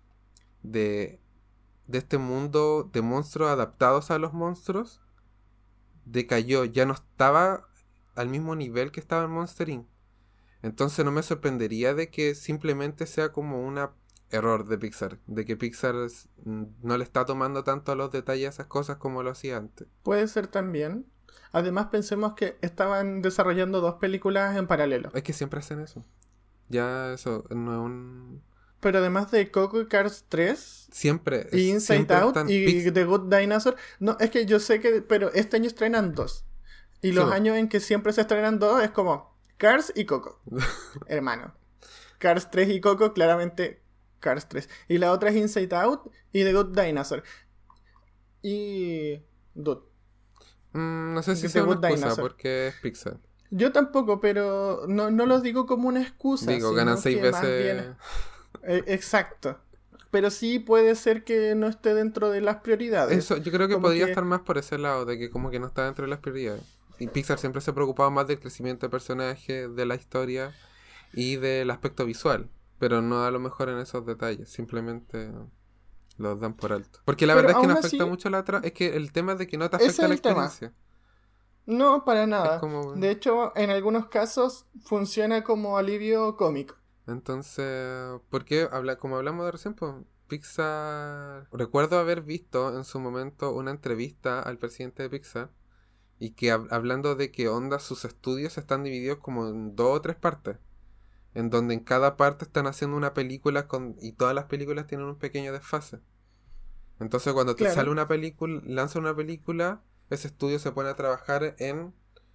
De, de este mundo de monstruos adaptados a los monstruos decayó. Ya no estaba al mismo nivel que estaba en Monster incorporated. Entonces no me sorprendería de que simplemente sea como una error de Pixar, de que Pixar es- no le está tomando tanto a los detalles a esas cosas como lo hacía antes. Puede ser también. Además, pensemos que estaban desarrollando dos películas en paralelo. Es que siempre hacen eso. Ya eso no es un... Pero además de Coco y Cars tres Siempre. y es- Inside siempre Out están y Pix- The Good Dinosaur, no, es que yo sé que, pero este año estrenan dos. Y los Sí, bo. años en que siempre se estrenan dos es como Cars y Coco, hermano. Cars tres y Coco, claramente Cars tres. Y la otra es Inside Out y The Good Dinosaur. Y... Dude. Mm, no sé si The sea una Good excusa Dinosaur. porque es Pixar. Yo tampoco, pero no, no lo digo como una excusa. Digo, sino ganan seis que más veces... bien- eh, exacto. Pero sí puede ser que no esté dentro de las prioridades. Eso, yo creo que Como podría que- estar más por ese lado, de que como que no está dentro de las prioridades. Y Pixar siempre se ha preocupado más del crecimiento de personajes, de la historia y del aspecto visual, pero no a lo mejor en esos detalles, simplemente los dan por alto. Porque la Pero verdad es que no aún afecta así- mucho la otra, es que el tema es de que no te Ese afecta es la el tema. experiencia. No, para nada. Es como- De hecho, en algunos casos funciona como alivio cómico. Entonces, ¿por qué habla, como hablamos de recién, pues, Pixar... Recuerdo haber visto en su momento una entrevista al presidente de Pixar y que hab- hablando de que onda sus estudios están divididos como en dos o tres partes, en donde en cada parte están haciendo una película con, y todas las películas tienen un pequeño desfase. Entonces cuando te Claro. sale una película, lanza una película, ese estudio se pone a trabajar en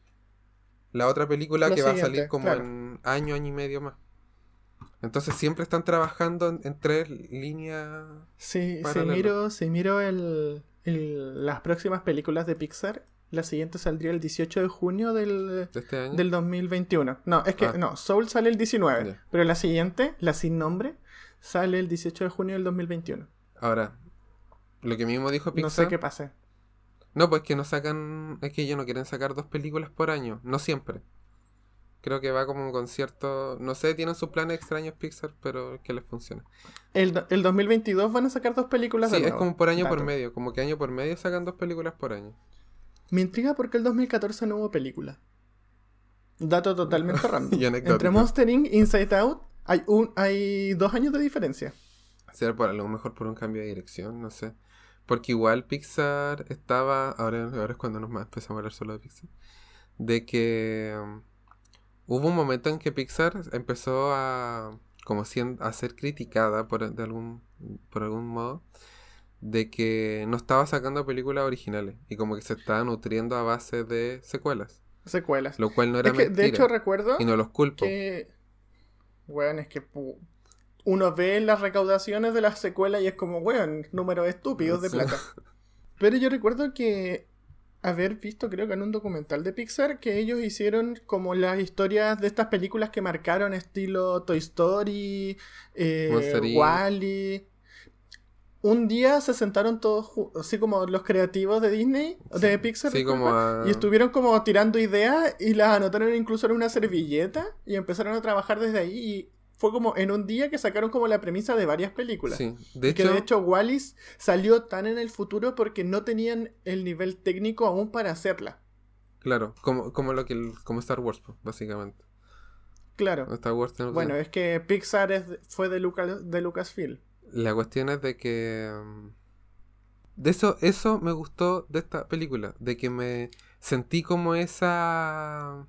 la otra película Lo que va a siguiente, salir como claro. en año, año y medio más. Entonces siempre están trabajando en, en tres líneas. Sí, si Paralelo. miro, si miro el, el- las próximas películas de Pixar, la siguiente saldría el dieciocho de junio del, De este año. del dos mil veintiuno. No, es que Ah. no, Soul sale el diecinueve, Ya. pero la siguiente, la sin nombre, sale el dieciocho de junio del dos mil veintiuno. Ahora, lo que mismo dijo Pixar. No sé qué pase. No, pues que no sacan. Es que ellos no quieren sacar dos películas por año. No siempre. Creo que va como con cierto. No sé, tienen sus planes extraños Pixar, pero que les funciona. El, do- el dos mil veintidós van a sacar dos películas Sí, de es nuevo. como por año por Dato. medio. Como que año por medio sacan dos películas por año. Me intriga porque el dos mil catorce no hubo película. Dato totalmente random. Y anecdótico. Entre Monster incorporated. Inside Out hay, un, hay dos años de diferencia. Será por a lo mejor por un cambio de dirección, no sé. Porque igual Pixar estaba. Ahora, ahora es cuando nos más empezamos a hablar solo de Pixar. De que. um, hubo un momento en que Pixar empezó a. Como sien- a ser criticada por, de algún, por algún modo. De que no estaba sacando películas originales. Y como que se estaba nutriendo a base de secuelas. Secuelas. Lo cual no era Es que, mentira. de hecho, recuerdo Y no los culpo. que. Bueno, es que pu- uno ve las recaudaciones de las secuelas y es como, weón, números estúpidos de Sí. plata. Pero yo recuerdo que haber visto, creo que en un documental de Pixar, que ellos hicieron como las historias de estas películas que marcaron estilo Toy Story, eh, Monster inc. Wall-E. Un día se sentaron todos, ju- así como los creativos de Disney, de Pixar, Sí, como disculpa, a- y estuvieron como tirando ideas y las anotaron incluso en una servilleta y empezaron a trabajar desde ahí y fue como en un día que sacaron como la premisa de varias películas. Sí. De Y que hecho, de hecho Wallis salió tan en el futuro porque no tenían el nivel técnico aún para hacerla. claro, como, como lo que el- como Star Wars, pues, básicamente. Claro. Star Wars tiene- Bueno, es que Pixar es, de- fue de, Lucas, de Lucasfilm. La cuestión es de que... um, De eso, eso me gustó de esta película. De que me sentí como esa...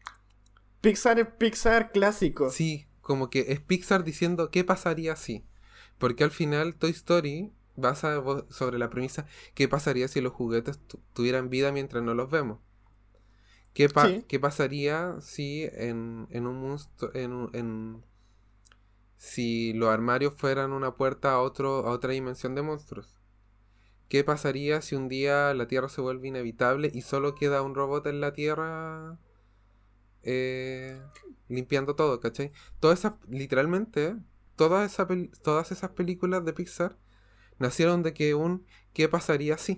Pixar es Pixar clásico. Sí, como que es Pixar diciendo qué pasaría si. Porque al final Toy Story basa vo- sobre la premisa qué pasaría si los juguetes tu- tuvieran vida mientras no los vemos. ¿Qué, pa- Sí. qué pasaría si en, en un monstruo... En, un- en, si los armarios fueran una puerta a, otro, a otra dimensión de monstruos? ¿Qué pasaría si un día la Tierra se vuelve inhabitable y solo queda un robot en la Tierra eh, limpiando todo, ¿cachai? Todas esas, literalmente, todas, esa pel- todas esas películas de Pixar nacieron de que un ¿qué pasaría si?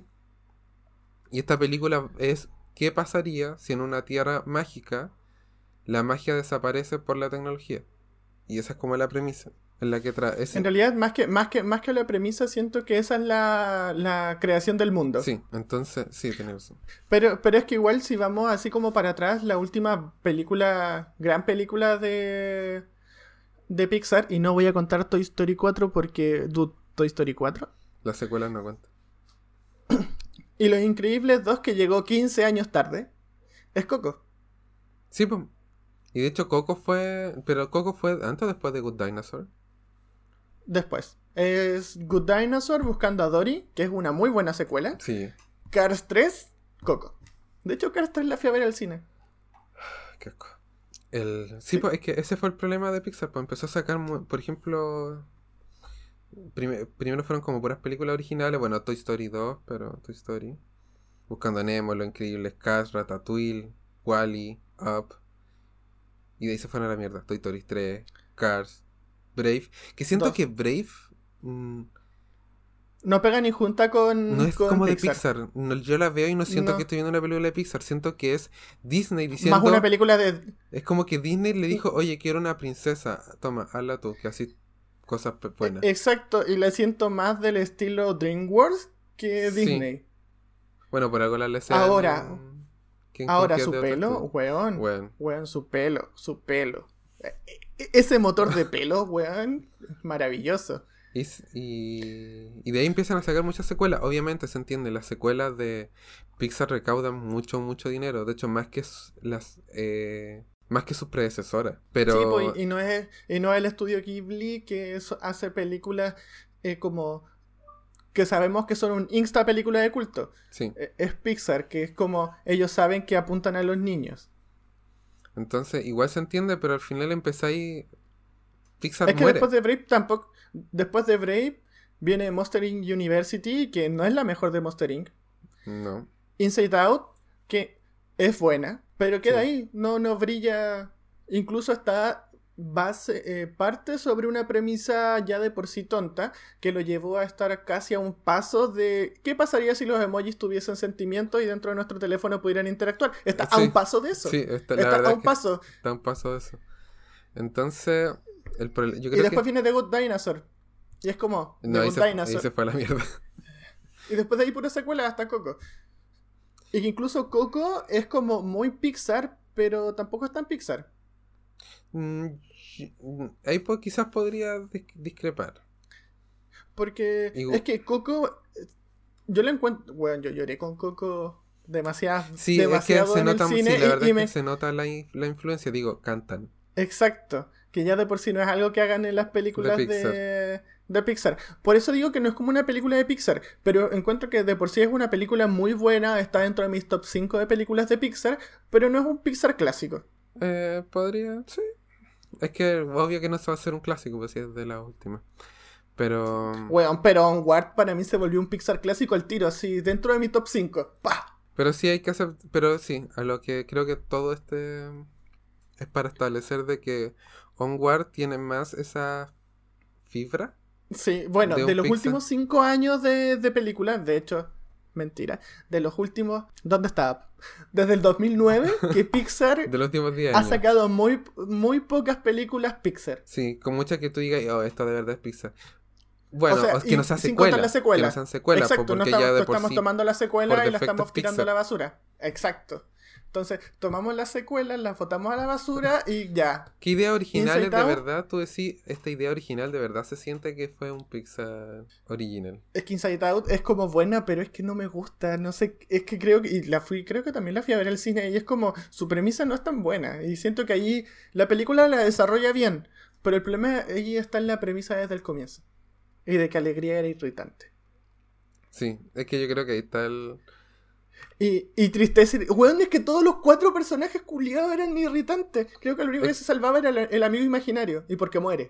Y esta película es ¿qué pasaría si en una Tierra mágica la magia desaparece por la tecnología? Y esa es como la premisa en la que trae. En realidad, más que, más que, más que la premisa, siento que esa es la, la creación del mundo. Sí, entonces, sí, tienes razón. Pero, pero es que igual si vamos así como para atrás, la última película, gran película de de Pixar, y no voy a contar Toy Story cuatro porque... Dude, Toy Story cuatro. Las secuelas no cuentan. Y Los Increíbles dos, que llegó quince años tarde, es Coco. Sí, pues. Y de hecho Coco fue... Pero Coco fue antes o después de Good Dinosaur. Después. Es Good Dinosaur buscando a Dory, que es una muy buena secuela. Sí. Cars tres, Coco. De hecho, Cars tres la fui a ver al cine. Qué asco. El... Sí, sí. Pues es que ese fue el problema de Pixar. Pues empezó a sacar, por ejemplo... Prime... Primero fueron como puras películas originales. Bueno, Toy Story dos, pero Toy Story. Buscando a Nemo, Los Increíbles, Cars, Ratatouille, Wall-E, Up. Y de ahí se fueron a la mierda. Toy Story tres, Cars, Brave. Que siento dos. Que Brave... Mmm, no pega ni junta con no es con como Pixar. De Pixar. No, yo la veo y no siento no. que estoy viendo una película de Pixar. Siento que es Disney diciendo... Más una película de... Es como que Disney le dijo, oye, quiero una princesa. Toma, hazla tú, que así cosas buenas. Exacto, y la siento más del estilo DreamWorks que Disney. Sí. Bueno, por algo la le Ahora, ¿Quién, ahora quién su pelo, weón, weón. Weón, su pelo, su pelo. Ese motor de pelo, weón, maravilloso. Y, y, y de ahí empiezan a sacar muchas secuelas. Obviamente se entiende, las secuelas de Pixar recaudan mucho, mucho dinero. De hecho, más que las eh, más que sus predecesoras. Pero... Sí, pues, y no es y no es el estudio Ghibli que es, hace películas eh, como que sabemos que son un insta película de culto. Sí. Es Pixar, que es como ellos saben que apuntan a los niños. Entonces, igual se entiende, pero al final empezáis... Pixar es que muere. Después de Brave tampoco... Después de Brave viene Monster incorporated. University, que no es la mejor de Monster incorporated. No. Inside Out, que es buena, pero queda Sí. ahí. No, no brilla. Incluso está base, eh, parte sobre una premisa ya de por sí tonta, que lo llevó a estar casi a un paso de... ¿Qué pasaría si los emojis tuviesen sentimientos y dentro de nuestro teléfono pudieran interactuar? Está Sí. a un paso de eso. Sí, está, la está verdad a un es que paso. Está a un paso de eso. Entonces... El pro... yo creo y después que... viene The Good Dinosaur. Y es como No, The ahí Good se, Dinosaur. ahí se fue a la mierda. Y después de ahí pura secuela hasta Coco. Y que incluso Coco es como muy Pixar, pero tampoco es tan Pixar. Mm, ahí pues, quizás podría dis- discrepar. Porque Igual. es que Coco... Yo lo encuentro... Bueno, yo lloré con Coco demasiado, Sí, demasiado es que se en nota, el cine. sí, la y, verdad y es me... que se nota la, in- la influencia. Digo, cantan. Exacto. Que ya de por sí no es algo que hagan en las películas De de Pixar. de, de Pixar. Por eso digo que no es como una película de Pixar. Pero encuentro que de por sí es una película muy buena. Está dentro de mis top cinco de películas de Pixar. Pero no es un Pixar clásico. Eh, podría, sí. Es que obvio que no se va a hacer un clásico, pues si es de la última. Pero... Weón, pero Onward para mí se volvió un Pixar clásico al tiro. Así, dentro de mi top cinco. ¡Pah! Pero sí hay que hacer... Pero sí, a lo que creo que todo este... Es para establecer de que Onward tiene más esa fibra. Sí, bueno, de de, un los Pixar. últimos cinco años de, de películas, de hecho, mentira, de los últimos, ¿dónde está? Desde el dos mil nueve que Pixar De los últimos diez ha años. sacado muy, muy pocas películas Pixar. Sí, con muchas que tú digas, oh, esto de verdad es Pixar. Bueno, O sea, o es que no sean y sin contar secuelas. la secuela. Que no sean secuelas, Exacto, po, no porque estamos, ya de no por estamos sí... tomando la secuela por y la defecto estamos es tirando a Pixar. la basura. Exacto. Entonces, tomamos las secuelas, las botamos a la basura y ya. ¿Qué idea original es Inside de Out. verdad? Tú decís, esta idea original de verdad se siente que fue un Pixar original. Es que Inside Out es como buena, pero es que no me gusta, no sé, es que creo que, y la fui, creo que también la fui a ver al cine, y es como, su premisa no es tan buena, y siento que allí la película la desarrolla bien, pero el problema allí está en la premisa desde el comienzo, y de que Alegría era irritante. Sí, es que yo creo que ahí está el... Y, y tristeza, weón, es que todos los cuatro personajes culiados eran irritantes, creo que lo único que se salvaba era el, el amigo imaginario, y porque muere.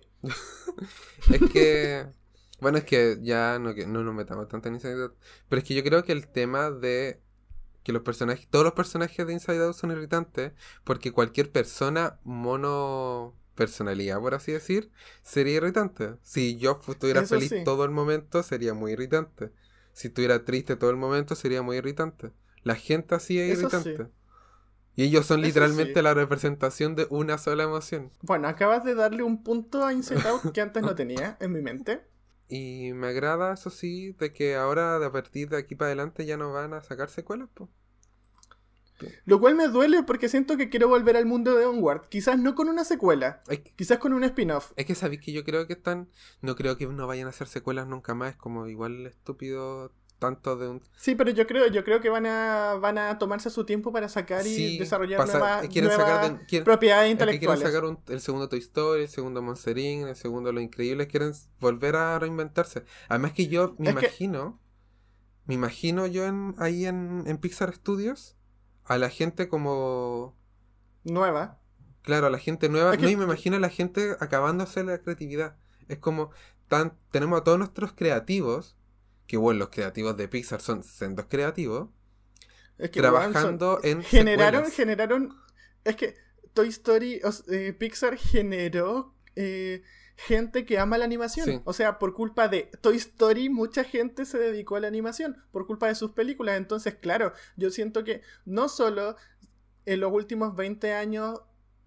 Es que... Bueno, es que ya no, que no nos metamos tanto en Inside Out. Pero es que yo creo que el tema de que los personajes, todos los personajes de Inside Out son irritantes, porque cualquier persona mono personalidad, por así decir, sería irritante. Si yo fu- estuviera Eso feliz sí. todo el momento, sería muy irritante. Si estuviera triste todo el momento, sería muy irritante. La gente así es Eso irritante. sí. Y ellos son Eso literalmente sí. la representación de una sola emoción. Bueno, acabas de darle un punto a Inside Out que antes no tenía en mi mente. Y me agrada, eso sí, de que ahora, de a partir de aquí para adelante, ya no van a sacar secuelas, po. Lo cual me duele porque siento que quiero volver al mundo de Onward. Quizás no con una secuela. Es, quizás con un spin-off. Es que sabéis que yo creo que están... No creo que no vayan a hacer secuelas nunca más. Es como igual estúpido tanto de un... Sí, pero yo creo yo creo que van a van a tomarse su tiempo para sacar y sí, desarrollar pasa, nuevas, quieren nuevas sacar de, quieren, propiedades es que intelectuales. quieren sacar un, el segundo Toy Story, el segundo Monster incorporated, el segundo Los Increíbles. Quieren volver a reinventarse. Además que yo me es imagino... Que... Me imagino yo en, ahí en, en Pixar Studios a la gente como... Nueva. Claro, a la gente nueva. Es que... No, y me imagino a la gente acabándose la creatividad. Es como, tan, tenemos a todos nuestros creativos, que bueno, los creativos de Pixar son sendos creativos, es que, trabajando bueno, son, en generaron, secuelas. generaron, es que Toy Story, eh, Pixar generó eh, gente que ama la animación. Sí. O sea, por culpa de Toy Story, mucha gente se dedicó a la animación, por culpa de sus películas. Entonces, claro, yo siento que no solo en los últimos veinte años,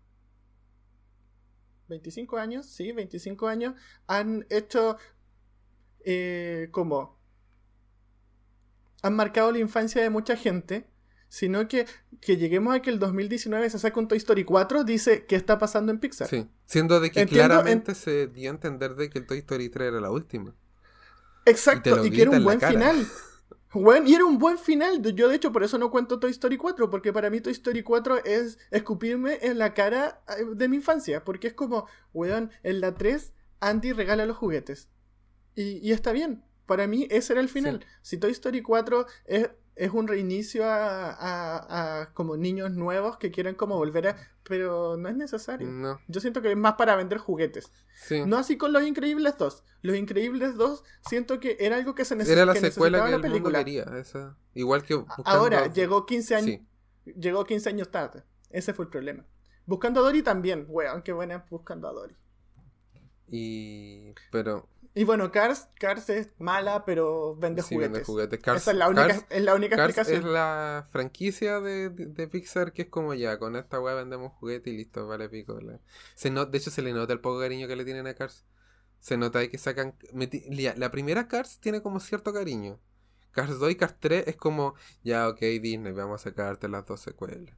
veinticinco años, sí, veinticinco años, han hecho eh, como han marcado la infancia de mucha gente, sino que, que lleguemos a que el dos mil diecinueve se saque un Toy Story cuatro, dice qué está pasando en Pixar. Sí, siendo de que Entiendo, claramente en... se dio a entender de que el Toy Story tres era la última. Exacto, y, y que era un buen final. Bueno, y era un buen final. Yo de hecho por eso no cuento Toy Story cuatro, porque para mí Toy Story cuatro es escupirme en la cara de mi infancia, porque es como, weón, en la tres Andy regala los juguetes. Y, y está bien, para mí ese era el final. Sí. Si Toy Story cuatro es, es un reinicio a, a, a como niños nuevos que quieren como volver a... Pero no es necesario. No. Yo siento que es más para vender juguetes. Sí. No así con Los Increíbles dos. Los Increíbles dos siento que era algo que se necesitaba. Era la que secuela que la el película. mundo quería. Esa. Igual que Buscando Ahora, a Dory. llegó quince años. Sí. Llegó quince años tarde. Ese fue el problema. Buscando a Dory también. Weón, qué buena Buscando a Dory. Y... Pero... Y bueno, Cars, Cars es mala, pero vende sí, juguetes. Vende juguetes. Cars, Esa es la única, Cars, es la única Cars explicación. Es la franquicia de, de, de Pixar que es como ya, con esta weá vendemos juguetes y listo, vale pico. La... Se not, de hecho, se le nota el poco cariño que le tienen a Cars. Se nota ahí que sacan... Meti... La primera Cars tiene como cierto cariño. Cars dos y Cars tres es como, ya, ok, Disney, vamos a sacarte las dos secuelas.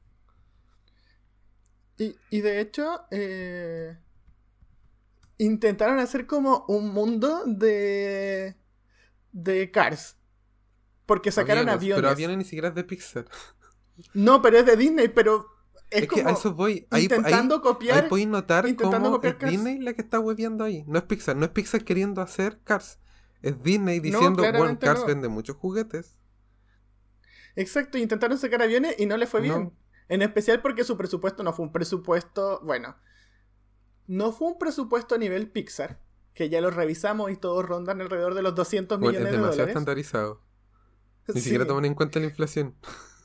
Y, y de hecho... Eh... intentaron hacer como un mundo de de Cars, porque sacaron aviones, aviones, pero aviones ni siquiera es de Pixar. No, pero es de Disney, pero es, es como que a eso voy. Ahí, intentando ahí, copiar ahí podéis notar intentando cómo copiar es Cars. Disney la que está hueveando ahí. No es Pixar, no es Pixar queriendo hacer Cars. Es Disney diciendo, no, bueno, Cars no. vende muchos juguetes. Exacto, intentaron sacar aviones y no les fue no. bien. En especial porque su presupuesto no fue un presupuesto, bueno, no fue un presupuesto a nivel Pixar, que ya lo revisamos y todos rondan alrededor de los doscientos bueno, millones es de demasiado dólares. Estandarizado. Ni Sí. siquiera toman en cuenta la inflación.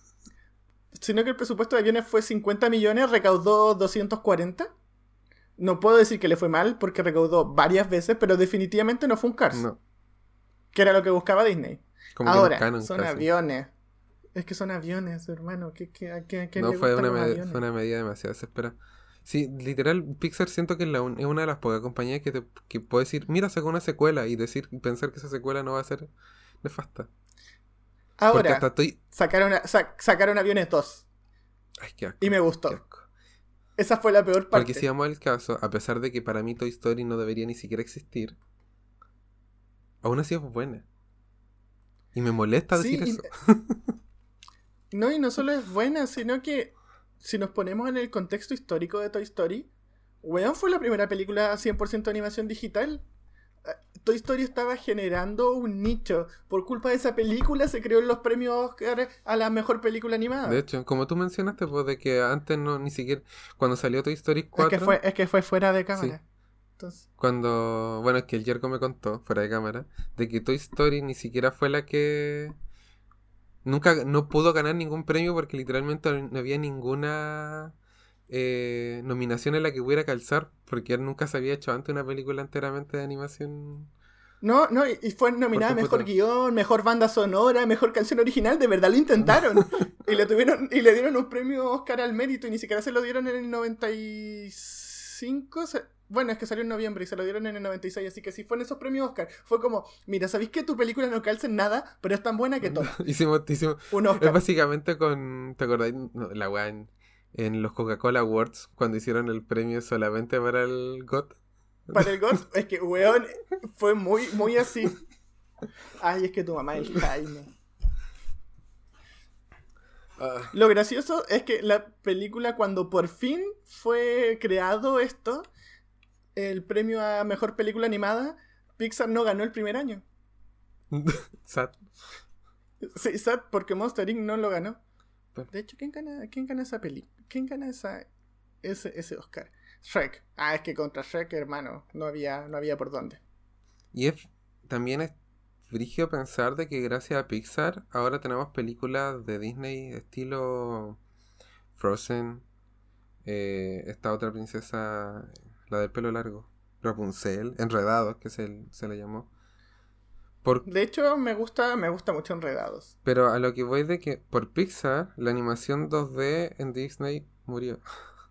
Sino que el presupuesto de aviones fue cincuenta millones, recaudó doscientos cuarenta. No puedo decir que le fue mal porque recaudó varias veces, pero definitivamente no fue un Cars. No. Que era lo que buscaba Disney. Como Ahora, que no canon, son casi. aviones. Es que son aviones, hermano. ¿Qué, qué, qué, qué no, le fue gustan una, los med- aviones? fue una medida demasiado desesperada. Sí, literal, Pixar siento que es, la un- es una de las pocas compañías que, te, que puede decir, mira, sacó una secuela y decir y pensar que esa secuela no va a ser nefasta. Ahora, hasta estoy... sacaron, a- sac- sacaron aviones dos. Ay, qué asco, Y me gustó. qué asco. Esa fue la peor parte. Porque si vamos al caso, a pesar de que para mí Toy Story no debería ni siquiera existir, aún así es buena. Y me molesta Sí, decir y- eso. No, y no solo es buena, sino que si nos ponemos en el contexto histórico de Toy Story, weón, fue la primera película cien por ciento animación digital. Eh, Toy Story estaba generando un nicho. Por culpa de esa película se creó los premios Oscar a la mejor película animada. De hecho, como tú mencionaste, pues de que antes no, ni siquiera, cuando salió Toy Story cuatro... Es que fue, es que fue fuera de cámara. Sí. Entonces, Cuando, bueno, es que el Jerko me contó, fuera de cámara, de que Toy Story ni siquiera fue la que... Nunca, no pudo ganar ningún premio porque literalmente no había ninguna eh, nominación en la que pudiera calzar, porque él nunca se había hecho antes una película enteramente de animación. no, no, y y fue nominada a Por mejor computador. guión, mejor banda sonora, mejor canción original. De verdad lo intentaron. y le tuvieron y le dieron un premio Oscar al mérito y ni siquiera se lo dieron en el noventa y cinco... Se... Bueno, es que salió en noviembre y se lo dieron en el noventa y seis, así que sí fue en esos premios Oscar. Fue como, mira, ¿sabéis que tu película no calza en nada, pero es tan buena que toma? hicimos, hicimos... Un Oscar. Es básicamente con... ¿Te acordáis? No, la weá en, en los Coca-Cola Awards, cuando hicieron el premio solamente para el G O T. Para el G O T, es que, weón, fue muy, muy así. Ay, es que tu mamá es Jaime. Uh. Lo gracioso es que la película, cuando por fin fue creado esto, el premio a mejor película animada, Pixar no ganó el primer año. Sad. Sí, sad, porque Monster incorporated no lo ganó. De hecho, ¿quién gana, quién gana esa peli? ¿Quién gana esa ese, ese Oscar? Shrek. Ah, es que contra Shrek, hermano, no había, no había por dónde. Y es, también es brígido pensar de que gracias a Pixar ahora tenemos películas de Disney estilo Frozen, eh, esta otra princesa, la del pelo largo, Rapunzel, Enredados, que se, se le llamó. Por... De hecho, me gusta, me gusta mucho Enredados. Pero a lo que voy de que por Pixar la animación dos D en Disney murió.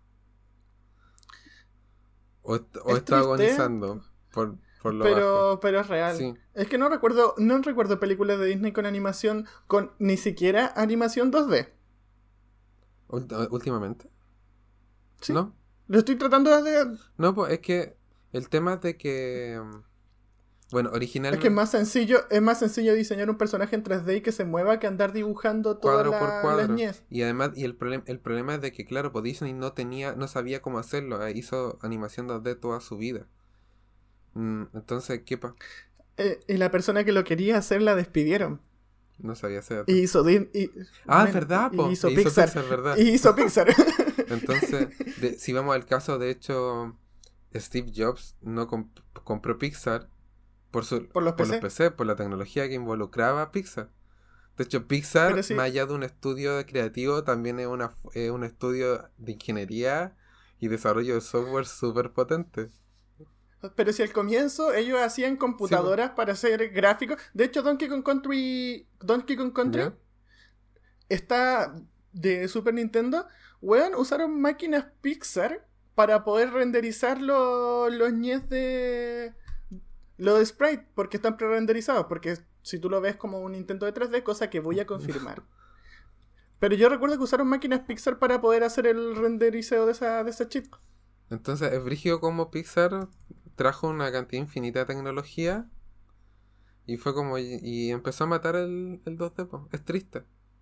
o o está triste, agonizando por... Por lo pero, bajo. pero es real. Sí. Es que no recuerdo, no recuerdo películas de Disney con animación, con ni siquiera animación dos D. ¿Últimamente? Sí. ¿No? Lo estoy tratando de... No, pues es que el tema es de que... Bueno, originalmente... Es que es más sencillo, es más sencillo diseñar un personaje en tres D y que se mueva que andar dibujando todas cuadro la, por cuadro. las ñez. Y además, y el, problem, el problema es de que, claro, pues Disney no tenía, no sabía cómo hacerlo. Eh, hizo animación dos D toda su vida. Entonces, ¿qué pasa? Eh, y la persona que lo quería hacer la despidieron. No sabía hacer. Y hizo Din- y, ah, men, verdad, po. Y hizo, y Pixar, hizo Pixar, ¿verdad? Y hizo Pixar. Entonces, de, si vamos al caso, de hecho, Steve Jobs no comp- compró Pixar por, su, por, los, por P C. los P C, por la tecnología que involucraba a Pixar. De hecho, Pixar, sí. más allá de un estudio creativo, también es, una, es un estudio de ingeniería y desarrollo de software súper potente. Pero si al comienzo ellos hacían computadoras sí, para hacer gráficos. De hecho, Donkey Kong Country Donkey Kong Country ¿Ya? está de Super Nintendo. Weón, usaron máquinas Pixar para poder renderizar lo, los ñes de los de sprite, porque están pre-renderizados. Porque si tú lo ves como un intento de tres D, cosa que voy a confirmar. Pero yo recuerdo que usaron máquinas Pixar para poder hacer el renderizado de esa, de esa chip. Entonces es brígido como Pixar trajo una cantidad infinita de tecnología y fue como y, y empezó a matar el, el dos D, po. Es triste,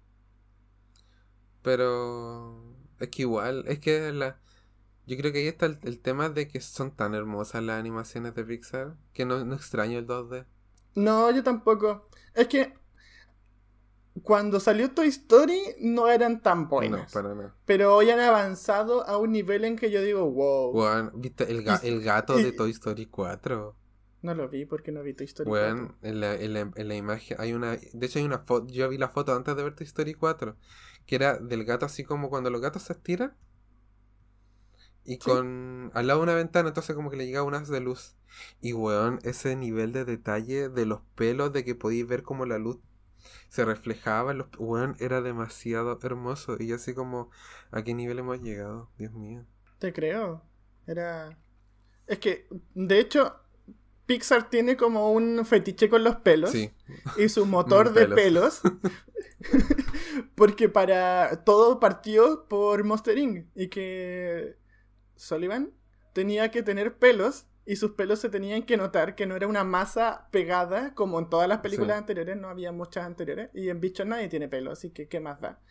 pero es que igual es que la yo creo que ahí está el, el tema de que son tan hermosas las animaciones de Pixar que no, no extraño el dos D. No, yo tampoco. Es que cuando salió Toy Story no eran tan buenas. No, para nada. Pero hoy han avanzado a un nivel en que yo digo, wow. Bueno, ¿viste el, ga- Y- el gato y- de Toy Story cuatro? No lo vi porque no vi Toy Story Bueno, cuatro. en la, en, la, en la imagen hay una... De hecho hay una foto, yo vi la foto antes de ver Toy Story cuatro, que era del gato así como cuando los gatos se estiran y con al lado de una ventana, entonces como que le llegaba un haz de luz. Y weón, ese nivel de detalle de los pelos, de que podíais ver como la luz se reflejaba en los... Weón, era demasiado hermoso. Y yo así como, ¿a qué nivel hemos llegado? Dios mío. Te creo. Era... Es que, de hecho, Pixar tiene como un fetiche con los pelos. Sí. Y su motor de pelos. Porque para... Todo partió por Monster incorporated. Y que Sullivan tenía que tener pelos. Y sus pelos se tenían que notar que no era una masa pegada como en todas las películas Sí. anteriores. No había muchas anteriores. Y en Bichos nadie tiene pelo, así que ¿qué más da?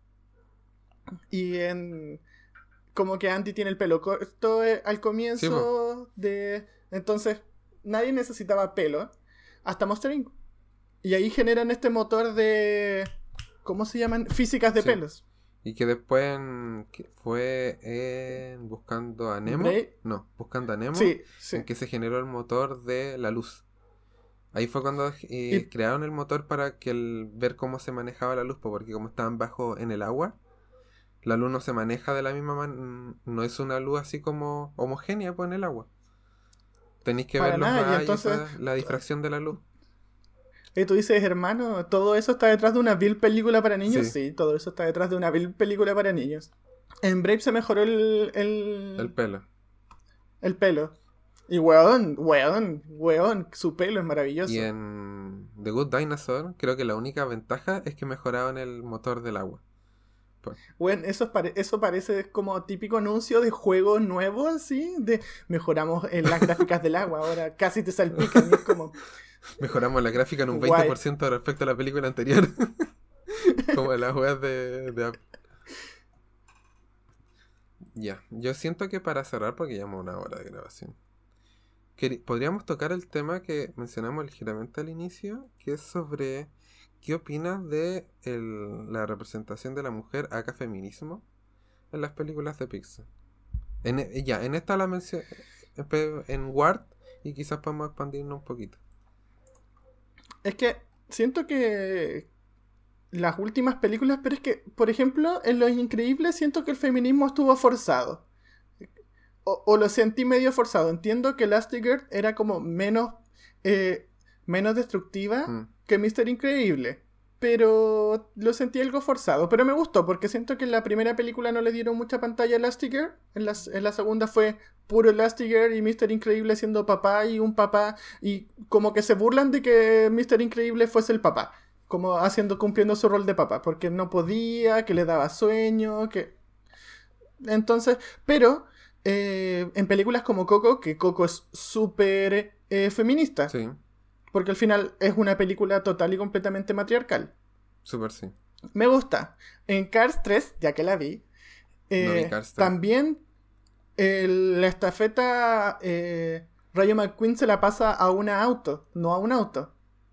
Y en... Como que Andy tiene el pelo corto eh, al comienzo de... Entonces, nadie necesitaba pelo. Hasta Monster incorporated. Y ahí generan este motor de... ¿Cómo se llaman? Físicas de Sí. pelos. Y que después en- que fue en Buscando a Nemo. Bra- No, Buscando a Nemo. Sí, sí. En que se generó el motor de la luz. Ahí fue cuando eh, Y- crearon el motor para que el, ver cómo se manejaba la luz, po, porque como estaban bajo en el agua, la luz no se maneja de la misma manera, no es una luz así como homogénea pues, en el agua. Tenéis que Para ver los nada, y rayos, entonces- esa- la difracción de la luz. Y tú dices, hermano, ¿todo eso está detrás de una vil película para niños? Sí. Sí, todo eso está detrás de una vil película para niños. En Brave se mejoró el, el, El pelo. El pelo. Y weón, weón, weón, su pelo es maravilloso. Y en The Good Dinosaur, creo que la única ventaja es que mejoraban el motor del agua. Pues, Bueno, eso, pare- eso parece como típico anuncio de juego nuevo, así, de mejoramos en las gráficas del agua, ahora casi te salpican y es como, mejoramos la gráfica en un guay. veinte por ciento respecto a la película anterior. Como las weas de, de Apple. Ya, yo siento que para cerrar, porque llevamos una hora de grabación, queri- podríamos tocar el tema que mencionamos ligeramente al inicio, que es sobre qué opinas de el- la representación de la mujer acá feminismo en las películas de Pixar. En, e- ya, en esta la mencioné en Ward y quizás podemos expandirnos un poquito. Es que siento que las últimas películas, pero es que, por ejemplo, en Los Increíbles siento que el feminismo estuvo forzado. O, o lo sentí medio forzado. Entiendo que Elastigirl era como menos, eh, menos destructiva Mm. que míster Increíble. Pero lo sentí algo forzado. Pero me gustó porque siento que en la primera película no le dieron mucha pantalla a Elastigirl. En la, en la segunda fue puro Elastigirl y míster Increíble siendo papá y un papá. Y como que se burlan de que míster Increíble fuese el papá. Como haciendo, cumpliendo su rol de papá. Porque no podía, que le daba sueño, que... Entonces, pero... eh, en películas como Coco, que Coco es súper eh, feminista. Sí, Porque al final es una película total y completamente matriarcal. súper sí. Me gusta. En Cars tres, ya que la vi, eh, No vi Cars tres. también el- la estafeta eh, Rayo McQueen se la pasa a un auto, no a un auto.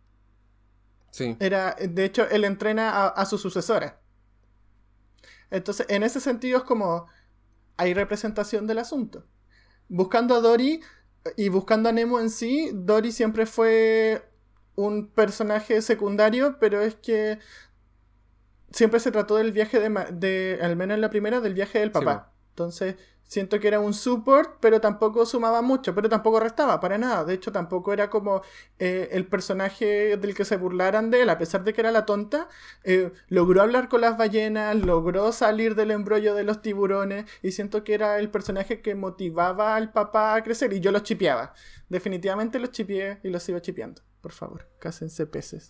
Sí, Era, de hecho, él entrena a, a su sucesora. Entonces, en ese sentido es como hay representación del asunto. Buscando a Dory y buscando a Nemo en sí, Dory siempre fue un personaje secundario, pero es que siempre se trató del viaje de, ma- de al menos en la primera, del viaje del Sí, papá. Entonces, siento que era un support, pero tampoco sumaba mucho, pero tampoco restaba, para nada. De hecho, tampoco era como eh, el personaje del que se burlaran de él, a pesar de que era la tonta, eh, logró hablar con las ballenas, logró salir del embrollo de los tiburones, y siento que era el personaje que motivaba al papá a crecer, y yo los chipeaba. Definitivamente los chipeé y los sigo chipeando. Por favor, cásense peces.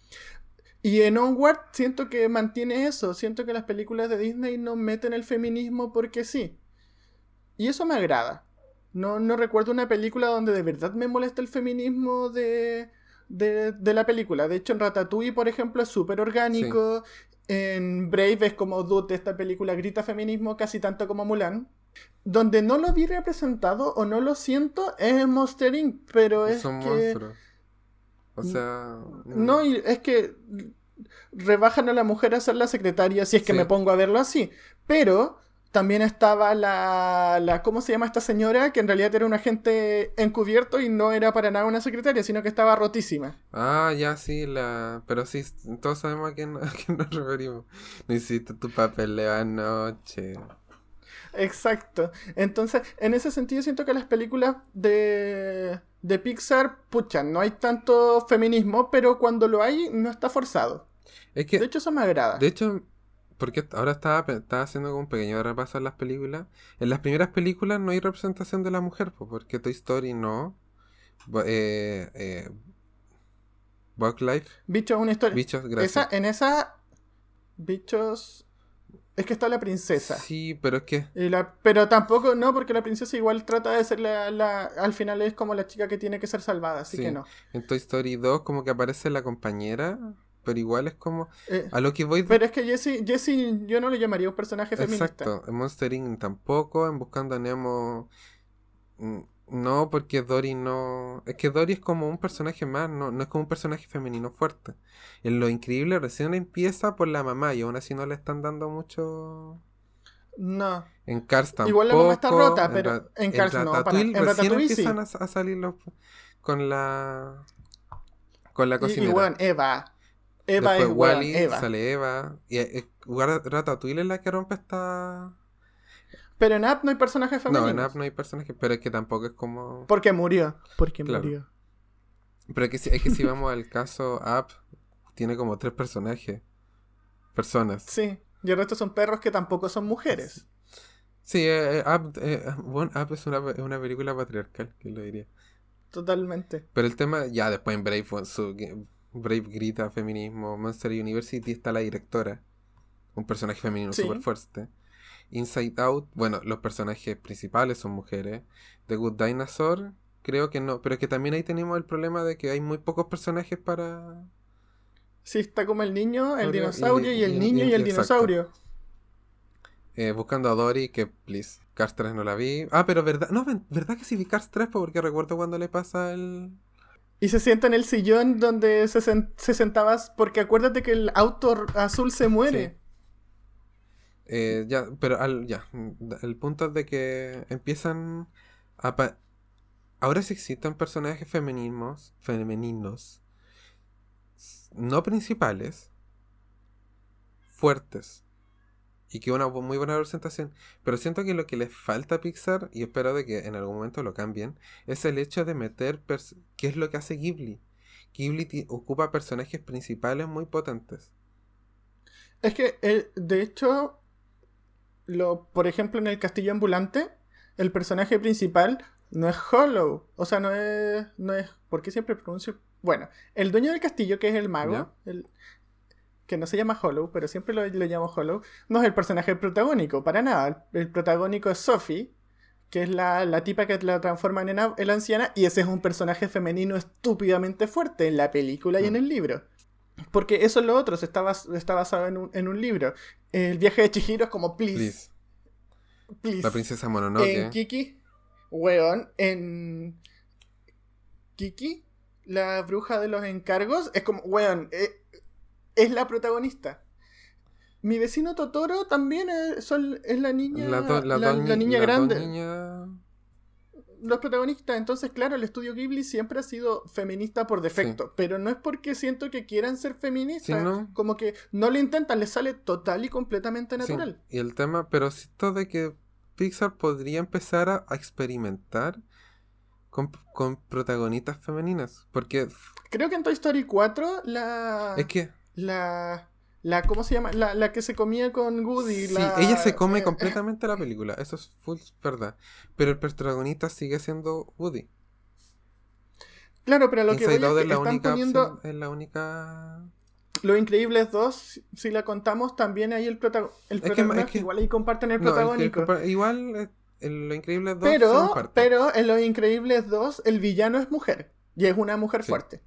Y en Onward siento que mantiene eso. Siento que las películas de Disney no meten el feminismo porque sí. Y eso me agrada. No, no recuerdo una película donde de verdad me molesta el feminismo de, de, de la película. De hecho, en Ratatouille, por ejemplo, es súper orgánico. En Brave es como, dude, esta película grita feminismo casi tanto como Mulan. Donde no lo vi representado o no lo siento es en Monster incorporated. Pero es son que... monstruos. O sea... No, y es que rebajan a la mujer a ser la secretaria, si es que Sí. me pongo a verlo así. Pero también estaba la, la... ¿Cómo se llama esta señora? Que en realidad era un agente encubierto y no era para nada una secretaria, sino que estaba rotísima. Ah, ya sí, la... Pero sí, todos sabemos a quién, a quién nos referimos. No hiciste tu papeleo anoche. Exacto. Entonces, en ese sentido siento que las películas de, de Pixar, pucha, no hay tanto feminismo, pero cuando lo hay, no está forzado. Es que, De hecho, eso me agrada. de hecho, porque ahora estaba, pe- estaba haciendo como un pequeño repaso en las películas. En las primeras películas no hay representación de la mujer, pues, porque Toy Story no. Bo- eh, eh, Bug Life, Bichos es una historia. Bichos, gracias. Esa, en esa, Bichos... Es que está la princesa. Sí, pero es que... Y la, pero tampoco, no, porque la princesa igual trata de ser la, la... Al final es como la chica que tiene que ser salvada, así Sí. que no. En Toy Story dos como que aparece la compañera, pero igual es como... Eh, A lo que voy... de- pero es que Jessie, Jessie yo no le llamaría un personaje feminista. Exacto, en Monster incorporated tampoco, en Buscando a Nemo... mm, No, porque Dory no... Es que Dory es como un personaje más, no, no es como un personaje femenino fuerte. En Lo Increíble recién empieza por la mamá y aún así no le están dando mucho... No. En Cars tampoco. Igual la mamá está rota, en pero Ra- en Cars no, para- Ratatouille en recién Ratatouille empiezan a, a salir los... Con la... Con la Y, cocinera. y bueno, Eva. Eva Después es weón, Wall-E, Eva. sale Eva. Y eh, Ra- Ratatouille es la que rompe esta... Pero en App no hay personajes No, femeninos. en App no hay personajes, pero es que tampoco es como... Porque murió. Porque Claro. murió. Pero es que, si, es que si vamos al caso App, tiene como tres personajes. Personas. Sí. Y el resto son perros que tampoco son mujeres. Sí, eh, eh, Up, eh, bueno, Up es una, es una película patriarcal, que lo diría. Totalmente. Pero el tema, ya después en Brave, fue su, Brave grita feminismo, Monster University está la directora, un personaje femenino súper Sí. fuerte. Inside Out, bueno, los personajes principales son mujeres. The Good Dinosaur, creo que no, pero es que también ahí tenemos el problema de que hay muy pocos personajes para... Sí, está como el niño, el Y- dinosaurio y, y- el y- niño y, y- el exacto. dinosaurio. Eh, buscando a Dory, que please, Cars tres no la vi. Ah, pero verdad, no, ven- verdad que sí vi Cars tres porque recuerdo cuando le pasa el... Y se sienta en el sillón donde se, sen- se sentabas, porque acuérdate que el auto r- azul se muere. Eh, ya, pero al, ya, el punto es de que empiezan a... pa- Ahora sí existen personajes femeninos, femeninos, no principales, fuertes, y que una bu- muy buena representación. Pero siento que lo que les falta a Pixar, y espero de que en algún momento lo cambien, es el hecho de meter... pers- ¿Qué es lo que hace Ghibli? Ghibli ti- ocupa personajes principales muy potentes. Es que, el- de hecho, lo, por ejemplo, en el castillo ambulante, el personaje principal no es Hollow. O sea, no es. No es ¿por qué siempre pronuncio? Bueno, el dueño del castillo, que es el mago, ¿Ya? el, que no se llama Hollow, pero siempre lo, lo llamo Hollow, no es el personaje protagónico, para nada. El, el protagónico es Sophie, que es la, la tipa que la transforma en, ena- en la anciana, y ese es un personaje femenino estúpidamente fuerte en la película y en Mm. el libro. Porque eso es lo otro, se está, bas- está basado en un, en un libro. El viaje de Chihiro es como, please, Please. please. La princesa En Mononoke. Kiki, weón, en Kiki, la bruja de los encargos, es como, weón, eh, es la protagonista. Mi vecino Totoro también es, son- es la niña, La, do- la la, doñi- la niña la grande. doña- Los protagonistas. Entonces, claro, el estudio Ghibli siempre ha sido feminista por defecto. Pero no es porque siento que quieran ser feministas. Sí, ¿no? Como que no lo intentan, les sale total y completamente Sí, natural. y el tema, pero siento de que Pixar podría empezar a, a experimentar con, con protagonistas femeninas. Porque Creo que en Toy Story cuatro, la. es que La. La, ¿cómo se llama? La, la que se comía con Woody. sí, la- ella se come eh, completamente la película, eso es full verdad. Pero el protagonista sigue siendo Woody. Claro, pero lo que voy Inside es Out que es la están única poniendo. opción- es la única. Los Increíbles dos, si- si la contamos, también hay el, prota- el Es que- protagonista. es que- Igual ahí comparten el No, el que- protagónico. compa- igual eh, en Lo Increíble dos son Pero, parte. pero en Los Increíbles dos, el villano es mujer. Y es una mujer Sí. fuerte.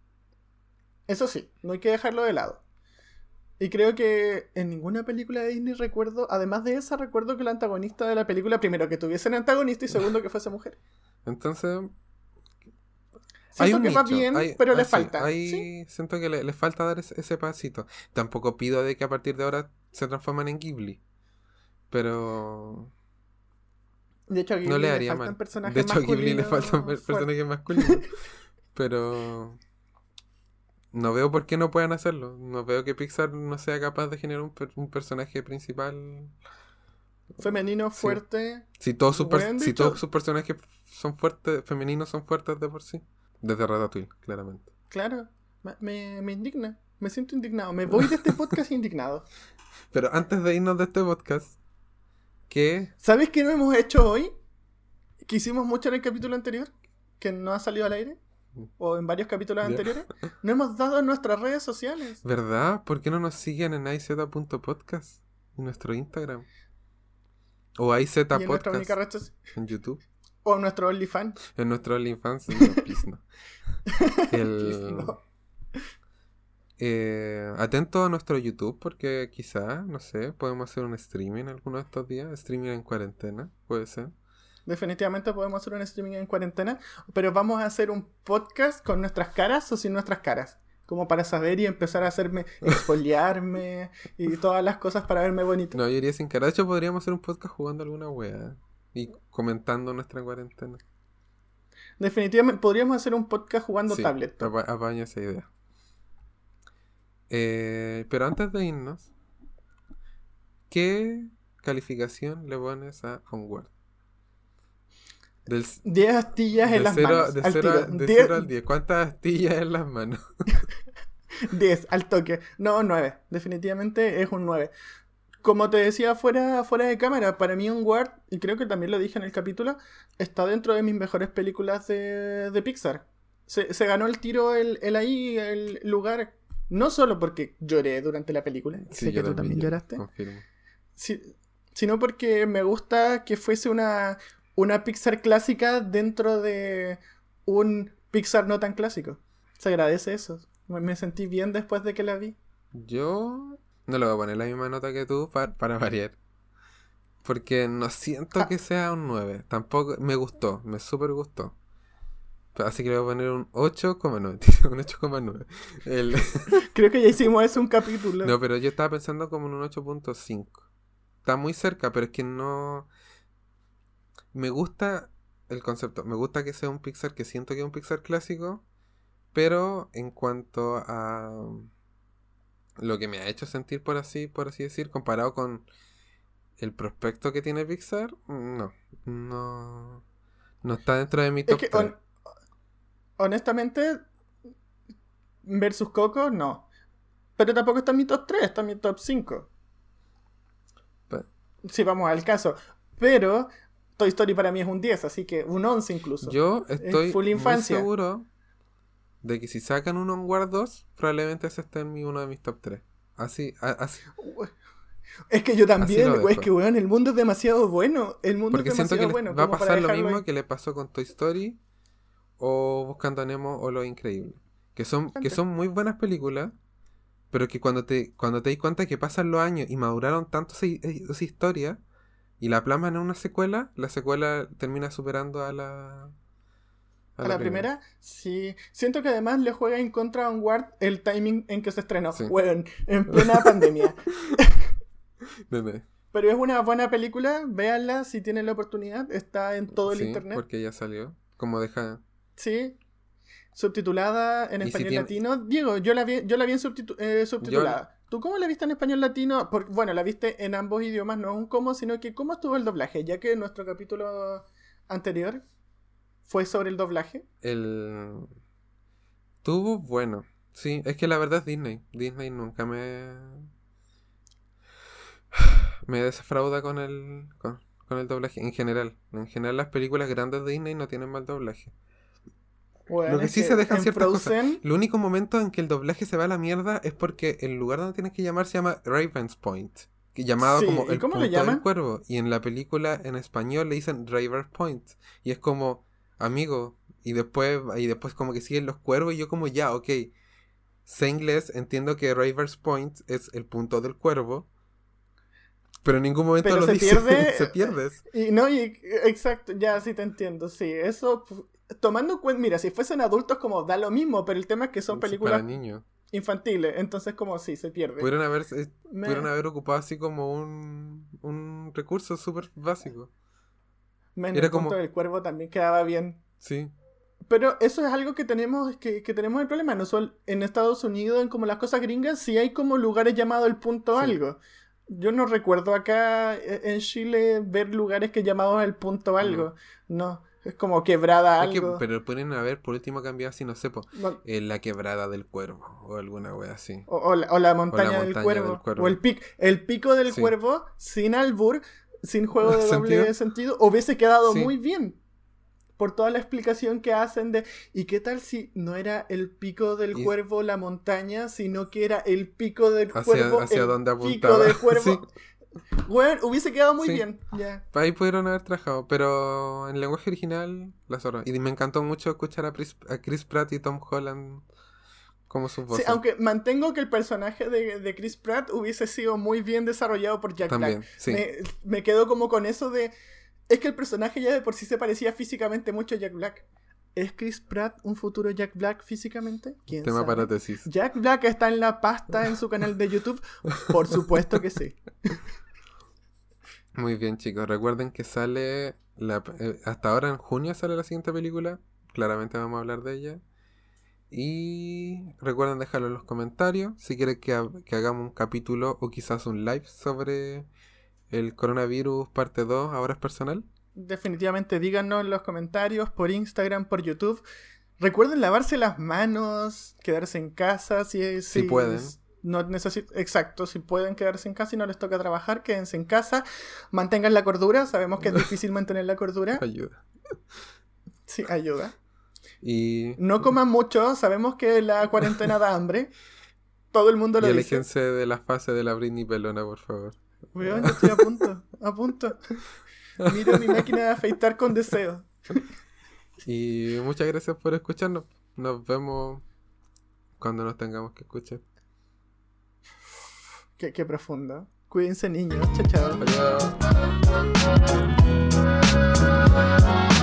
Eso sí, no hay que dejarlo de lado. Y creo que en ninguna película de Disney recuerdo, además de esa, recuerdo que el antagonista de la película, primero que tuviese un antagonista y segundo que fuese mujer. Entonces Siento hay un que va nicho, bien, hay- pero ah, le sí, falta. hay- ¿sí? Siento que le, le falta dar ese, ese pasito. Tampoco pido de que a partir de ahora se transformen en Ghibli. Pero De hecho, a Ghibli no le le haría faltan mal. personajes De hecho, a Ghibli le masculinos faltan per- fuertes. personajes masculinos. Pero no veo por qué no puedan hacerlo. No veo que Pixar no sea capaz de generar un, per- un personaje principal. Femenino, Sí. fuerte. Si todos sus, per- Bueno, de si hecho- todos sus personajes son fuertes, femeninos son fuertes de por sí. Desde Ratatouille, claramente. Claro, me, me, me indigna. Me siento indignado. Me voy de este podcast indignado. Pero antes de irnos de este podcast, ¿qué? ¿Sabes qué no hemos hecho hoy? Que hicimos mucho en el capítulo anterior, que no ha salido al aire, o en varios capítulos Ya. anteriores. No hemos dado en nuestras redes sociales. ¿Verdad? ¿Por qué no nos siguen en i z punto podcast? En nuestro Instagram. O Y en nuestra única iZpodcast red social. en YouTube. O en nuestro OnlyFans. En nuestro OnlyFans. No, please, no. El- No. eh, atento a nuestro YouTube porque quizá, no sé, podemos hacer un streaming alguno de estos días. Streaming en cuarentena, puede ser. Definitivamente podemos hacer un streaming en cuarentena, pero vamos a hacer un podcast con nuestras caras o sin nuestras caras. Como para saber y empezar a hacerme, exfoliarme y todas las cosas para verme bonito. No, yo iría sin cara. De hecho, podríamos hacer un podcast jugando alguna wea y comentando nuestra cuarentena. Definitivamente podríamos hacer un podcast jugando Sí, tablet. apa- apaño esa idea. Eh, pero antes de irnos, ¿qué calificación le pones a Onward? Del, s- diez astillas de en las cero, manos. de al cero a- tiro. de diez, cero al diez. ¿Cuántas astillas en las manos? diez al toque. No, nueve. Definitivamente es un nueve. como te decía fuera, fuera de cámara, para mí Onward, y creo que también lo dije en el capítulo, está dentro de mis mejores películas de, de Pixar. Se, se ganó el tiro el, el ahí, el lugar, no solo porque lloré durante la película, Sí, sé yo que tú también yo lloraste, confirmo. si- sino porque me gusta que fuese una, una Pixar clásica dentro de un Pixar no tan clásico. Se agradece eso. Me, me sentí bien después de que la vi. Yo no le voy a poner la misma nota que tú pa- para variar. Porque no siento Ah, que sea un nueve. Tampoco me gustó, me súper gustó. Así que le voy a poner un ocho coma nueve. Un ocho coma nueve. El... creo que ya hicimos eso un capítulo. No, pero yo estaba pensando como en un ocho punto cinco. Está muy cerca, pero es que no... Me gusta el concepto. Me gusta que sea un Pixar que siento que es un Pixar clásico. Pero en cuanto a lo que me ha hecho sentir por así, por así decir, comparado con el prospecto que tiene Pixar, no. No, no está dentro de mi Es top que, tres. hon- honestamente, versus Coco, no. Pero tampoco está en mi top tres, está en mi top cinco. Pe- Si vamos al caso. Pero Toy Story para mí es un diez, así que un once incluso. Yo Es estoy full muy infancia. seguro de que si sacan un Onward dos, probablemente ese esté en mi, uno de mis top tres. Así, a- así, Es que yo así también, lo güey, es dejo. que weón, el mundo es demasiado bueno. El mundo Porque es siento que demasiado les bueno va a como para pasar lo dejarlo mismo ahí. que le pasó con Toy Story o Buscando a Nemo o Lo Increíble. Que son, que son muy buenas películas, pero que cuando te, cuando te das cuenta que pasan los años y maduraron tanto esa, esa historia y la plasman en una secuela, la secuela termina superando a la, a A la la primera. primera, sí. Siento que además le juega en contra a Onward el timing en que se estrenó. Sí. Weón, en plena pandemia. Nene. Pero es una buena película, véanla si tienen la oportunidad. Está en todo el Sí, internet. porque ya salió. Como deja. Sí. Subtitulada en Y si español tiene- latino. Diego, yo la vi, yo la vi en subtitu- eh, Yo, subtitulada. ¿Tú cómo la viste en español latino? Porque, bueno, la viste en ambos idiomas, no es un cómo, sino que cómo estuvo el doblaje, ya que nuestro capítulo anterior fue sobre el doblaje. el. Tuvo bueno. Sí, es que la verdad es Disney. Disney nunca me. Me defrauda con el. Con, con el doblaje. En general. En general, las películas grandes de Disney no tienen mal doblaje. Bueno, Lo que es sí que se dejan en ciertas cosas. Frozen, El único momento en que el doblaje se va a la mierda es porque el lugar donde tienes que llamar se llama Raven's Point, que llamado sí, como ¿y el cómo punto le del llaman? cuervo. Y en la película en español le dicen Raven's Point. Y es como, amigo. Y después, y después como que siguen los cuervos. Y yo como, ya, ok. Sé inglés, entiendo que Raven's Point es el punto del cuervo. Pero en ningún momento Pero lo se dice. pierde. Se pierde. Y no, y exacto, ya sí te entiendo, sí. Eso, pu- tomando en cuenta, mira, si fuesen adultos como da lo mismo, pero el tema es que son Para películas niños. infantiles, entonces como sí, se pierde. Pudieron haber, eh, Me- pudieron haber ocupado así como un, un recurso súper básico. Menos Era el punto como, del cuervo también quedaba bien. sí, Pero eso es algo que tenemos, que, que tenemos el problema. No solo en Estados Unidos, en como las cosas gringas, sí hay como lugares llamados el punto Sí. algo. Yo no recuerdo acá eh, en Chile ver lugares que llamados el punto algo. No, es como quebrada es que, algo. pero pueden haber por último cambiado así, no sé, po, No, eh, la quebrada del cuervo o alguna wea así. o, o la, o la montaña, del, montaña cuervo, del cuervo. O el, pic, el pico del Sí. cuervo, sin albur, sin juego de ¿Sentido? doble sentido, hubiese quedado Sí. muy bien. Por toda la explicación que hacen de... ¿Y qué tal si no era el pico del Y- cuervo la montaña, sino que era el pico del Hacia- cuervo hacia el donde pico apuntaba. del cuervo? Sí. Bueno, hubiese quedado muy Sí. bien. Ya. Ahí pudieron haber trabajado, pero en lenguaje original, la zorra. Y me encantó mucho escuchar a Chris, a Chris Pratt y Tom Holland como sus Sí, voces. aunque mantengo que el personaje de, de Chris Pratt hubiese sido muy bien desarrollado por Jack También, Black. sí. Me, me quedo como con eso de... Es que el personaje ya de por sí se parecía físicamente mucho a Jack Black. ¿Es Chris Pratt un futuro Jack Black físicamente? ¿Quién Tema sabe? para tesis. ¿Jack Black está en la pasta en su canal de YouTube? Por supuesto que sí. Muy bien, chicos. Recuerden que sale la, eh, hasta ahora en junio sale la siguiente película. Claramente vamos a hablar de ella. Y recuerden dejarlo en los comentarios si quieren que, ha- que hagamos un capítulo o quizás un live sobre el coronavirus parte dos, ahora es personal. Definitivamente díganos en los comentarios, por Instagram, por YouTube. Recuerden lavarse las manos, quedarse en casa si, Si pueden. no necesito, exacto, si pueden quedarse en casa y no les toca trabajar, quédense en casa, mantengan la cordura, sabemos que es difícil mantener la cordura. Ayuda. Sí, ayuda. Y... No coman mucho, sabemos que la cuarentena da hambre. Todo el mundo lo y dice. aléjense de la fase de la Britney pelona, por favor. Weón, yo estoy a punto, a punto. Miro mi máquina de afeitar con deseo. Y muchas gracias por escucharnos. Nos vemos cuando nos tengamos que escuchar. Qué, qué profundo. Cuídense, niños. Chao, chao. Adiós.